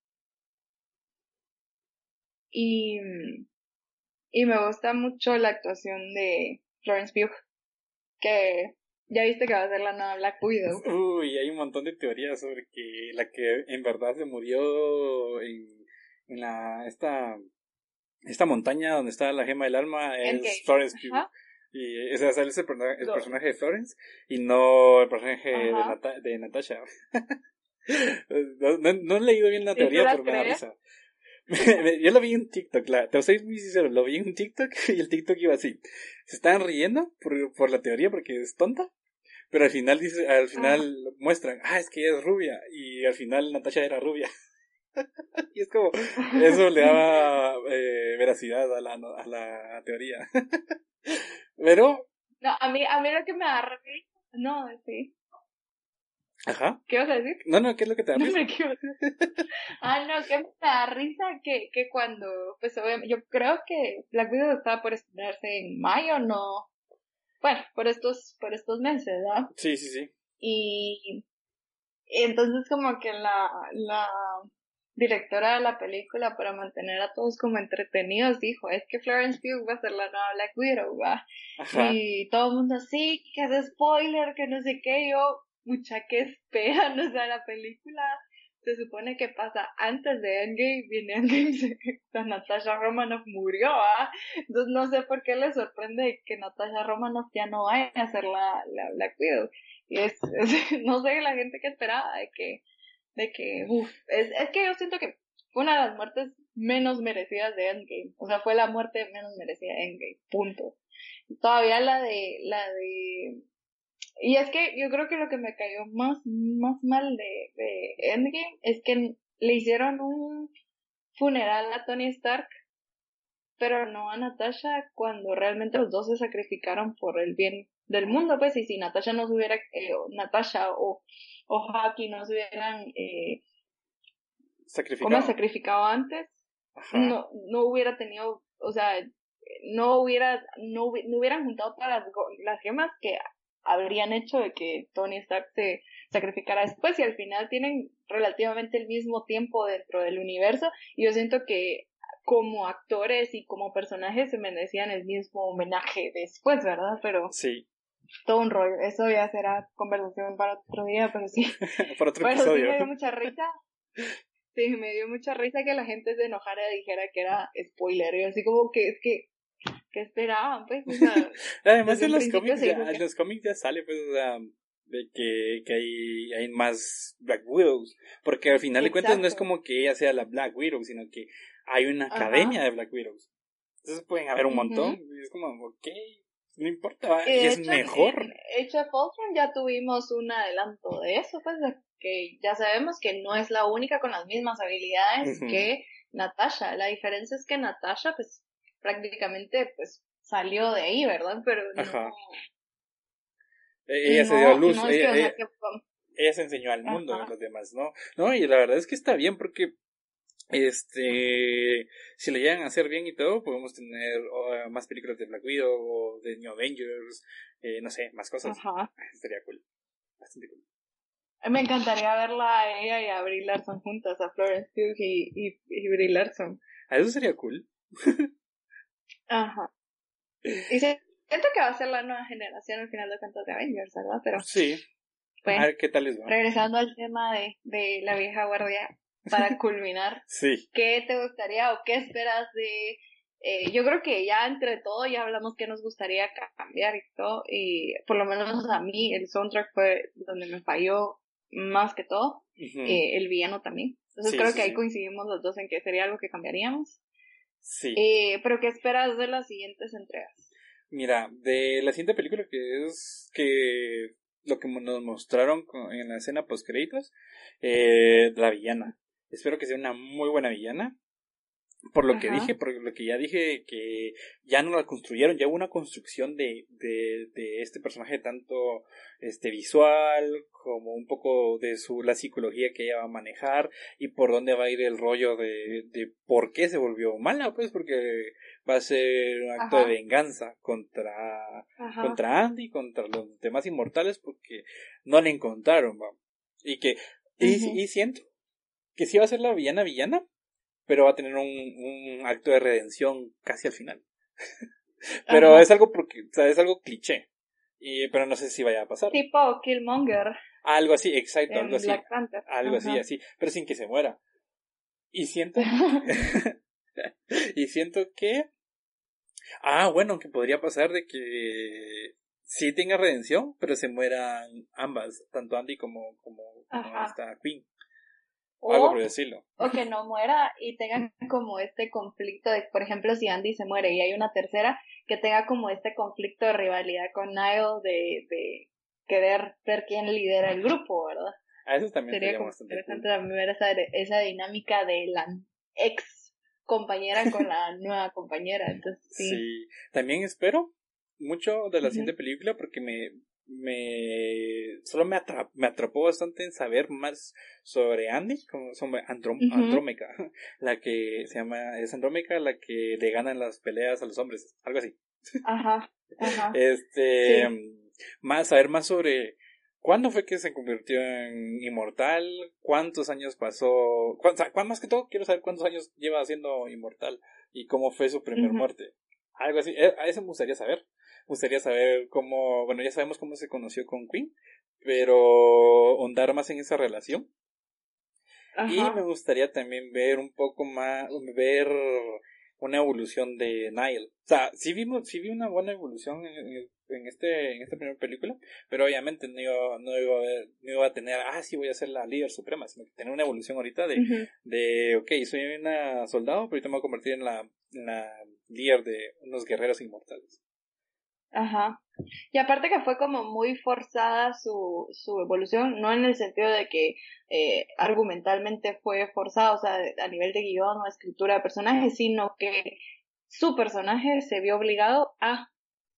Y, y me gusta mucho la actuación de Florence Pugh, que ya viste que va a ser la nueva Black Widow. Uy, hay un montón de teorías sobre que la que en verdad se murió en, en la esta esta montaña donde está la gema del alma es okay. Florence Pugh. Ajá. Y o sea, sale ese persona, el personaje de Florence y no el personaje de, Nata, de Natasha. no, no, no he leído bien la teoría, pero me da risa. Yo lo vi en TikTok, la, te soy muy sincero, lo vi en TikTok y el TikTok iba así. Se estaban riendo por, por la teoría porque es tonta, pero al final dice, al final ah. muestran, ah, es que ella es rubia y al final Natasha era rubia. Y es como, eso le daba eh, veracidad a la, a la teoría. Pero... No, a mí, a mí lo que me da risa, no, sí. Ajá. ¿Qué vas a decir? No, no, ¿qué es lo que te da No risa? me quiero Ah, no, que me da risa que, que cuando, pues obviamente, yo creo que Black Widow estaba por estrenarse en mayo, no, bueno, por estos, por estos meses, ¿verdad? Sí, sí, sí. Y, y entonces como que la, la directora de la película, para mantener a todos como entretenidos, dijo, es que Florence Pugh va a ser la nueva Black Widow, ¿va? Ajá. Y todo el mundo así, que es spoiler, que no sé qué, yo, mucha que esperan, o sea, la película se supone que pasa antes de Endgame, y en Endgame se, Natasha Romanoff murió, ¿ah? Entonces no sé por qué le sorprende que Natasha Romanoff ya no vaya a ser la, la Black Widow. Y es, es no sé, la gente que esperaba de que, de que, uff, es, es que yo siento que fue una de las muertes menos merecidas de Endgame, o sea, fue la muerte menos merecida de Endgame, punto. Todavía la de, la de, y es que yo creo que lo que me cayó más, más mal de, de Endgame es que le hicieron un funeral a Tony Stark, pero no a Natasha, cuando realmente los dos se sacrificaron por el bien del mundo, pues, y si Natasha no se hubiera, eh, o Natasha o, o Haki no se hubieran, eh, Sacrificado. ¿cómo sacrificado antes? Ajá. No, no hubiera tenido, o sea, no hubiera, no, no hubieran juntado todas las, las gemas que habrían hecho de que Tony Stark se sacrificara después, y al final tienen relativamente el mismo tiempo dentro del universo, y yo siento que como actores y como personajes se merecían el mismo homenaje después, ¿verdad? Pero sí. Todo un rollo, eso ya será conversación para otro día, pero sí. para otro pero episodio. sí me dio mucha risa. Sí, me dio mucha risa que la gente se enojara y dijera que era spoiler, y así como que es que ¿qué esperaban? Pues, o sea, además en los cómics ya, en que... los cómics ya sale, pues, o sea, de que, que hay, hay más Black Widows, porque al final Exacto. de cuentas no es como que ella sea la Black Widow, sino que hay una Ajá. academia de Black Widows. Entonces pueden haber un montón, uh-huh. y es como, ok, no importa, y, y es hecho, mejor. En Age of Ultron ya tuvimos un adelanto de eso, pues, de que ya sabemos que no es la única con las mismas habilidades uh-huh. que Natasha. La diferencia es que Natasha, pues, prácticamente, pues, salió de ahí, ¿verdad? Pero Ajá. no... Ella no, se dio a luz, no ella, que, o sea, ella, que... ella se enseñó al mundo a los demás, ¿no? No, y la verdad es que está bien porque... Este, si lo llegan a hacer bien y todo, podemos tener uh, más películas de Black Widow o de New Avengers, eh, no sé, más cosas. Ajá. Estaría cool, bastante cool. Me encantaría verla a ella y a Brie Larson juntas, a Florence Pugh y, y, y Brie Larson. A eso sería cool. Ajá. Y siento que va a ser la nueva generación al final de cuentas de Avengers, ¿verdad? Pero sí. Pues, a ver qué tal les va. Regresando al tema de, de la vieja guardia, para culminar, sí. ¿qué te gustaría o qué esperas de...? Eh, yo creo que ya entre todo ya hablamos que nos gustaría cambiar y todo, y por lo menos a mí el soundtrack fue donde me falló más que todo, uh-huh. eh, el villano también. Entonces sí, creo sí, que ahí sí. coincidimos los dos en que sería algo que cambiaríamos. Sí. Eh, pero ¿qué esperas de las siguientes entregas? Mira, de la siguiente película, que es que lo que nos mostraron en la escena post créditos, eh, la villana. Espero que sea una muy buena villana. Por lo Ajá. que dije, por lo que ya dije, que ya no la construyeron, ya hubo una construcción de, de, de este personaje, tanto este visual como un poco de su la psicología que ella va a manejar y por dónde va a ir el rollo de, de por qué se volvió mala, pues porque va a ser un acto Ajá. de venganza contra, contra Andy, contra los demás inmortales, porque no la encontraron, ¿va? Y que, y, uh-huh. y siento que sí va a ser la villana villana, pero va a tener un, un acto de redención casi al final. pero Ajá. es algo porque, o sea, es algo cliché. Y, pero no sé si vaya a pasar. Tipo Killmonger. Algo así, exacto, algo así. Black Panther. Algo Ajá. así, así. Pero sin que se muera. Y siento. y siento que. Ah, bueno, que podría pasar de que sí tenga redención, pero se mueran ambas, tanto Andy como, como, como esta Queen. O, algo por decirlo. O que no muera y tenga como este conflicto de, por ejemplo, si Andy se muere y hay una tercera, que tenga como este conflicto de rivalidad con Niall de, de querer ver quién lidera el grupo, ¿verdad? A eso también sería, sería como bastante interesante cool. también ver esa, esa dinámica de la ex compañera con la nueva compañera, entonces sí. Sí, también espero mucho de la uh-huh. siguiente película porque me me solo me, atrap, me atrapó bastante en saber más sobre Andy, como sobre Androm, uh-huh. Andrómeda, la que se llama, es Andrómeda la que le ganan las peleas a los hombres, algo así. Ajá, ajá. Este, sí. Más, saber más sobre cuándo fue que se convirtió en inmortal, cuántos años pasó, cuán, más que todo quiero saber cuántos años lleva siendo inmortal y cómo fue su primer uh-huh. muerte. Algo así, a eso me gustaría saber. Me gustaría saber cómo, bueno, ya sabemos cómo se conoció con Queen, pero ahondar más en esa relación. Ajá. Y me gustaría también ver un poco más, ver una evolución de Niall. O sea, sí vimos, sí vi una buena evolución en, en este, en esta primera película, pero obviamente no iba, no iba a ver, no iba a tener, ah, sí voy a ser la líder suprema, sino que tener una evolución ahorita de, uh-huh. de, okay, soy una soldado, pero ahorita me voy a convertir en la, en la líder de unos guerreros inmortales. Ajá. Y aparte que fue como muy forzada su, su evolución, no en el sentido de que eh, argumentalmente fue forzada, o sea, a nivel de guión o escritura de personaje, sino que su personaje se vio obligado a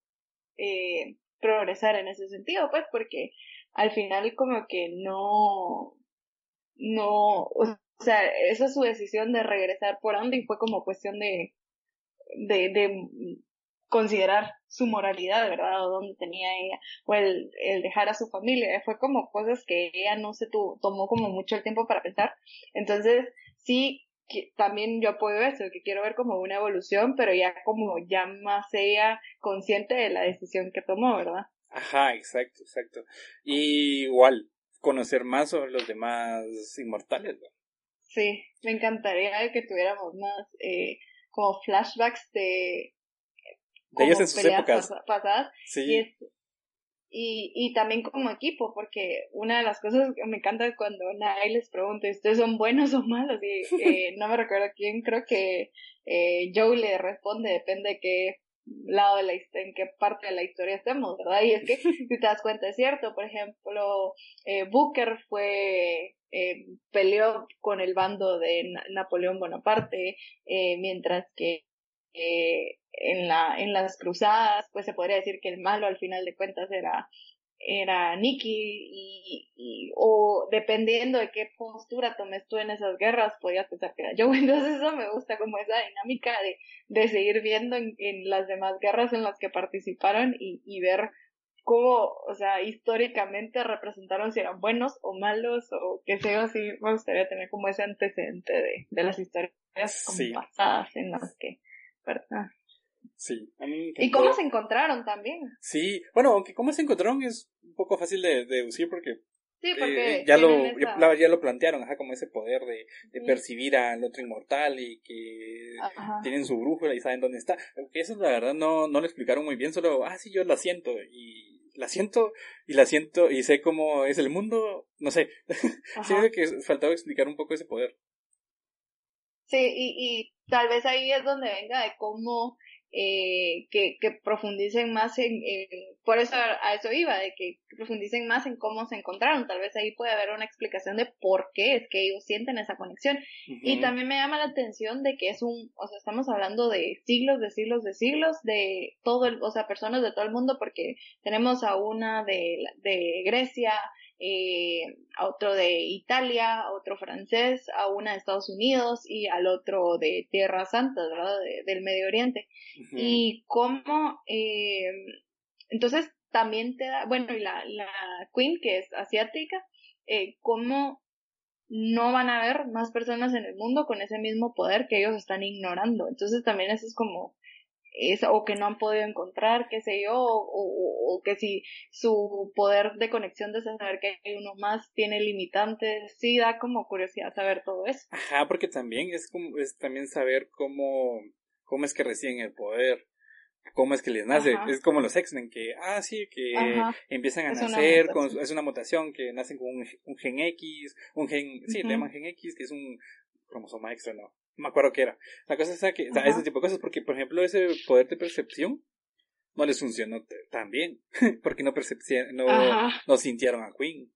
eh, progresar en ese sentido, pues, porque al final como que no, no, o sea, esa es su decisión de regresar por Andy fue como cuestión de, de, de considerar su moralidad, ¿verdad? O dónde tenía ella, o el, el dejar a su familia, fue como cosas que ella no se tu, tomó como mucho el tiempo para pensar, entonces sí, que, también yo apoyo eso, que quiero ver como una evolución, pero ya como ya más ella consciente de la decisión que tomó, ¿verdad? Ajá, exacto, exacto, y igual, conocer más sobre los demás inmortales, ¿no? Sí, me encantaría que tuviéramos más, eh, como flashbacks de de ellos en sus épocas pas- pasadas sí. y, es, y y también como equipo, porque una de las cosas que me encanta es cuando Niall les pregunta ¿ustedes son buenos o malos? Y eh, no me recuerdo quién, creo que eh, Joe le responde, depende de qué lado de la en qué parte de la historia estemos, ¿verdad? Y es que si te das cuenta es cierto, por ejemplo eh, Booker fue eh, peleó con el bando de Na- Napoleón Bonaparte, eh, mientras que eh, en la en las cruzadas pues se podría decir que el malo al final de cuentas era era Nicky y, y o dependiendo de qué postura tomes tú en esas guerras podías pensar que era yo, entonces eso me gusta como esa dinámica de, de seguir viendo en, en las demás guerras en las que participaron y, y ver cómo, o sea, históricamente representaron si eran buenos o malos o qué sé yo, sí me gustaría tener como ese antecedente de, de las historias como sí. pasadas en las que, ¿verdad? Sí, a mí ¿Y cómo se encontraron también? Sí, bueno, aunque cómo se encontraron es un poco fácil de, de deducir porque, sí, porque eh, ya, lo, esa... ya, ya lo plantearon, ajá, como ese poder de, de percibir al otro inmortal y que ajá. Tienen su brújula y saben dónde está. Aunque eso la verdad no, no lo explicaron muy bien, solo, ah, sí, yo la siento y la siento y la siento y sé cómo es el mundo, no sé. Siento que faltaba explicar un poco ese poder. Sí, y, y tal vez ahí es donde venga de cómo eh, que, que profundicen más en, en, por eso a eso iba, de que profundicen más en cómo se encontraron, tal vez ahí puede haber una explicación de por qué es que ellos sienten esa conexión, uh-huh. Y también me llama la atención de que es un, o sea, estamos hablando de siglos, de siglos, de siglos, de todo el, o sea, personas de todo el mundo, porque tenemos a una de, de Grecia, eh, a otro de Italia, a otro francés, a una de Estados Unidos y al otro de Tierras Santas, ¿verdad? De, del Medio Oriente. Uh-huh. Y cómo, eh, entonces también te da, bueno, y la, la Queen, que es asiática, eh, cómo no van a haber más personas en el mundo con ese mismo poder que ellos están ignorando. Entonces también eso es como, es, o que no han podido encontrar, qué sé yo, o, o, o que si su poder de conexión de saber que hay uno más tiene limitantes, sí da como curiosidad saber todo eso. Ajá, porque también es como, es también saber cómo, cómo es que reciben el poder, cómo es que les nace. Ajá. Es como los X-Men que, ah, sí, que Ajá. empiezan a es nacer, una con, es una mutación, que nacen con un, un gen X, un gen, sí, uh-huh. le llaman gen X, que es un cromosoma extra, no, no me acuerdo qué era. La cosa es que, o sea, ese tipo de cosas, porque, por ejemplo, ese poder de percepción no les funcionó t- tan bien, porque no percepci- no, no sintieron a Queen.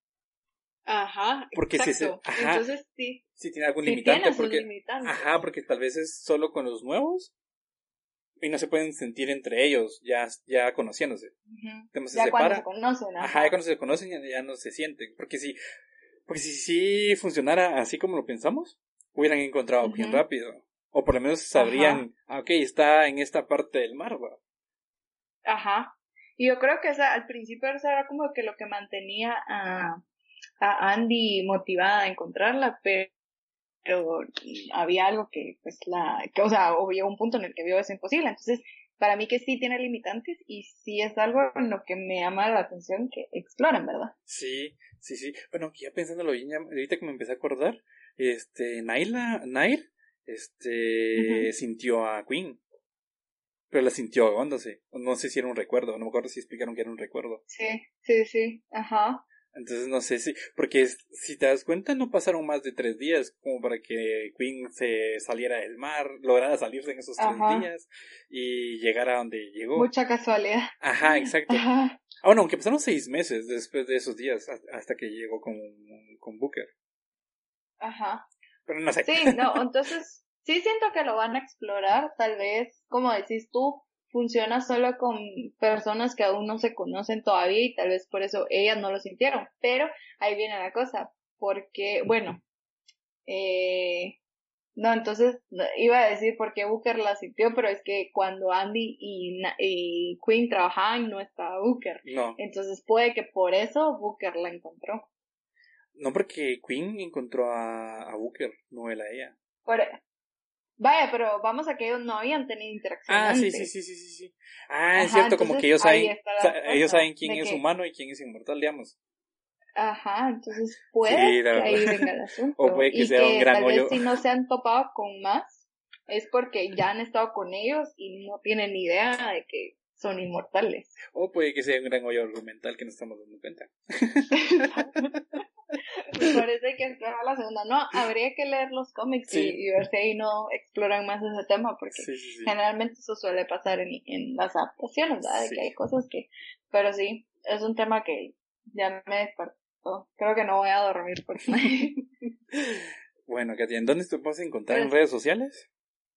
Ajá, porque exacto. Si se, ajá, entonces sí. Si tiene algún sí limitante, tiene porque, limitantes. ajá, porque tal vez es solo con los nuevos. y no se pueden sentir entre ellos, ya, ya conociéndose. Uh-huh. Entonces se ya separa. cuando se conocen. Ajá. Ajá, ya cuando se conocen ya, ya no se sienten. Porque si, porque si, si funcionara así como lo pensamos, hubieran encontrado uh-huh. bien rápido. O por lo menos sabrían, ah, ok, está en esta parte del mar, ¿va? Ajá. Y yo creo que esa, al principio eso era como que lo que mantenía a, a Andy motivada a encontrarla, pero, pero había algo que, pues, la, que, o sea, había un punto en el que vio eso imposible. Entonces, para mí que sí tiene limitantes y sí es algo en lo que me llama la atención que exploran, ¿verdad? Sí, sí, sí. Bueno, ya pensándolo bien, ya, ahorita que me empecé a acordar, este, Naila, Nair, este, uh-huh. sintió a Queen. Pero la sintió ahogándose. No sé si era un recuerdo. No me acuerdo si explicaron que era un recuerdo. Sí, sí, sí. Ajá. Entonces no sé si... Porque si te das cuenta no pasaron más de tres días como para que Queen se saliera del mar, lograra salirse en esos Ajá. tres días y llegara a donde llegó. Mucha casualidad. Ajá, exacto. Ajá. Ah, bueno, aunque pasaron seis meses después de esos días hasta que llegó con, con Booker. Ajá. Pero no sé. Sí, no, entonces... Sí siento que lo van a explorar, tal vez, como decís tú, funciona solo con personas que aún no se conocen todavía y tal vez por eso ellas no lo sintieron. Pero ahí viene la cosa, porque, bueno, eh, no, entonces iba a decir por qué Booker la sintió, pero es que cuando Andy y, y Queen trabajaban no estaba Booker. No. Entonces puede que por eso Booker la encontró. No, porque Queen encontró a, a Booker, no él a ella. Por, Vaya, pero vamos a que ellos no habían tenido interacción Ah, antes. sí, sí, sí, sí, sí, sí. Ah, Ajá, es cierto, como que ellos saben, sa- ellos saben quién es que... humano y quién es inmortal, digamos. Ajá, entonces puede sí, que ahí venga el asunto. O puede que y sea que un gran tal hoyo. vez si no se han topado con más, es porque ya han estado con ellos y no tienen ni idea de que son inmortales. O puede que sea un gran hoyo argumental que no estamos dando cuenta. Me parece que explorar la segunda. No, habría que leer los cómics sí. y, y ver si ahí no exploran más ese tema, porque sí, sí, sí. generalmente eso suele pasar en, en las adaptaciones, ¿verdad? De sí. que hay cosas que... Pero sí, es un tema que ya me despertó. Creo que no voy a dormir por Bueno, Katia, ¿en dónde te puedes encontrar? Pero, ¿en redes sociales?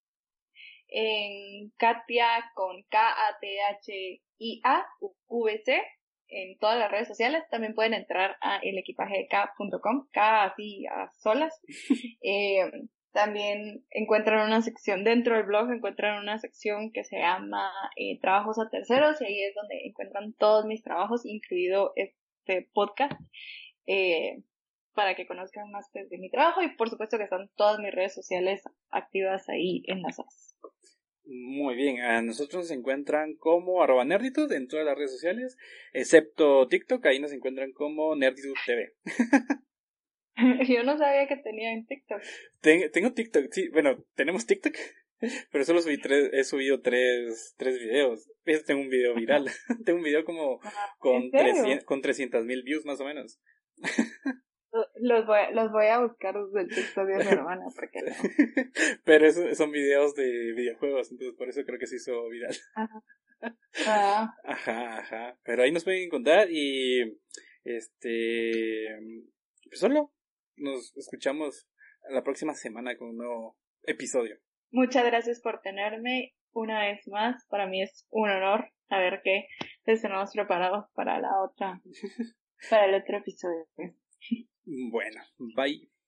En Katia con K A T H I A V C en todas las redes sociales. También pueden entrar a el equipaje de K punto com, K así a solas. eh, también encuentran una sección dentro del blog, encuentran una sección que se llama eh, Trabajos a Terceros, y ahí es donde encuentran todos mis trabajos, incluido este podcast, eh, para que conozcan más pues, de mi trabajo, y por supuesto que están todas mis redes sociales activas ahí enlazadas. Muy bien, a nosotros nos encuentran como arroba Nerditude en todas las redes sociales, excepto TikTok, ahí nos encuentran como Nerditude T V. Yo no sabía que tenía en TikTok. Ten, tengo TikTok, sí, bueno, tenemos TikTok, pero solo subí tres, he subido tres, tres videos. Este tengo un video viral, tengo un video como con trescientos, con trescientos mil views más o menos. Los voy, los voy a buscar desde el TikTok de mi hermana, porque no. Pero eso, son videos de videojuegos, entonces por eso creo que se hizo viral. Ajá. Ah. Ajá, ajá. Pero ahí nos pueden encontrar y este pues solo nos escuchamos la próxima semana con un nuevo episodio. Muchas gracias por tenerme una vez más. Para mí es un honor saber que les tenemos preparados para la otra, para el otro episodio. Bueno, bye.